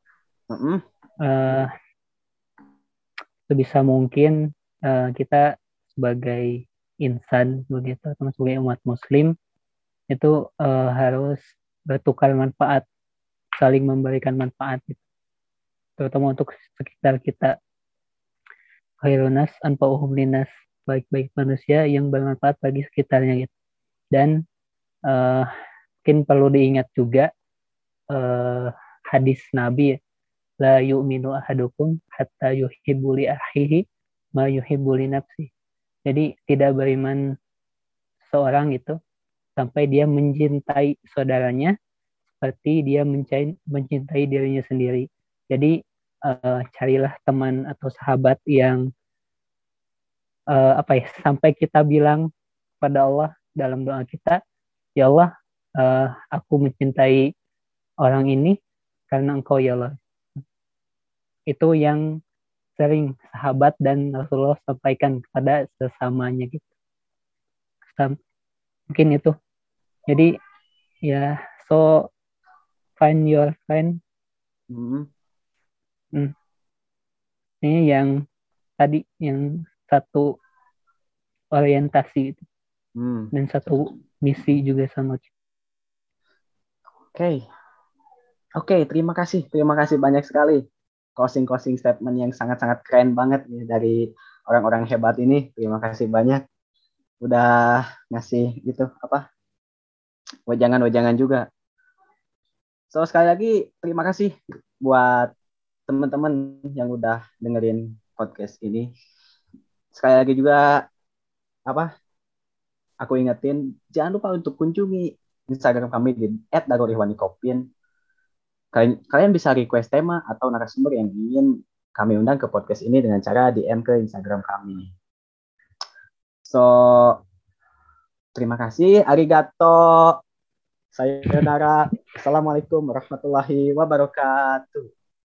sebisa mungkin kita sebagai insan begitu, atau sebagai umat muslim itu harus bertukar manfaat, saling memberikan manfaat gitu. Terutama untuk sekitar kita. Khairunas anfa'uhum linnas, baik-baik manusia yang bermanfaat bagi sekitarnya gitu. Dan mungkin perlu diingat juga hadis Nabi la yu'minu ahadukum hatta yuhibbu li akhihi ma yuhibbu li nafsi. Jadi tidak beriman seorang itu sampai dia mencintai saudaranya seperti dia mencintai dirinya sendiri. Jadi carilah teman atau sahabat yang sampai kita bilang pada Allah dalam doa kita, ya Allah, aku mencintai orang ini karena Engkau ya Allah. Itu yang sering sahabat dan Rasulullah sampaikan kepada sesamanya gitu. Mungkin itu. Jadi ya, so find your friend. Ini yang tadi yang satu orientasi itu. Dan satu misi juga sama. Oke, terima kasih banyak sekali closing statement yang sangat-sangat keren banget nih dari orang-orang hebat ini. Terima kasih banyak udah ngasih gitu wejangan juga. So sekali lagi terima kasih buat teman-teman yang udah dengerin podcast ini. Sekali lagi juga aku ingetin, jangan lupa untuk kunjungi Instagram kami di @darulihwanikopin. Kalian bisa request tema atau narasumber yang ingin kami undang ke podcast ini dengan cara DM ke Instagram kami. So, terima kasih. Arigato. Sayonara. Assalamualaikum warahmatullahi wabarakatuh.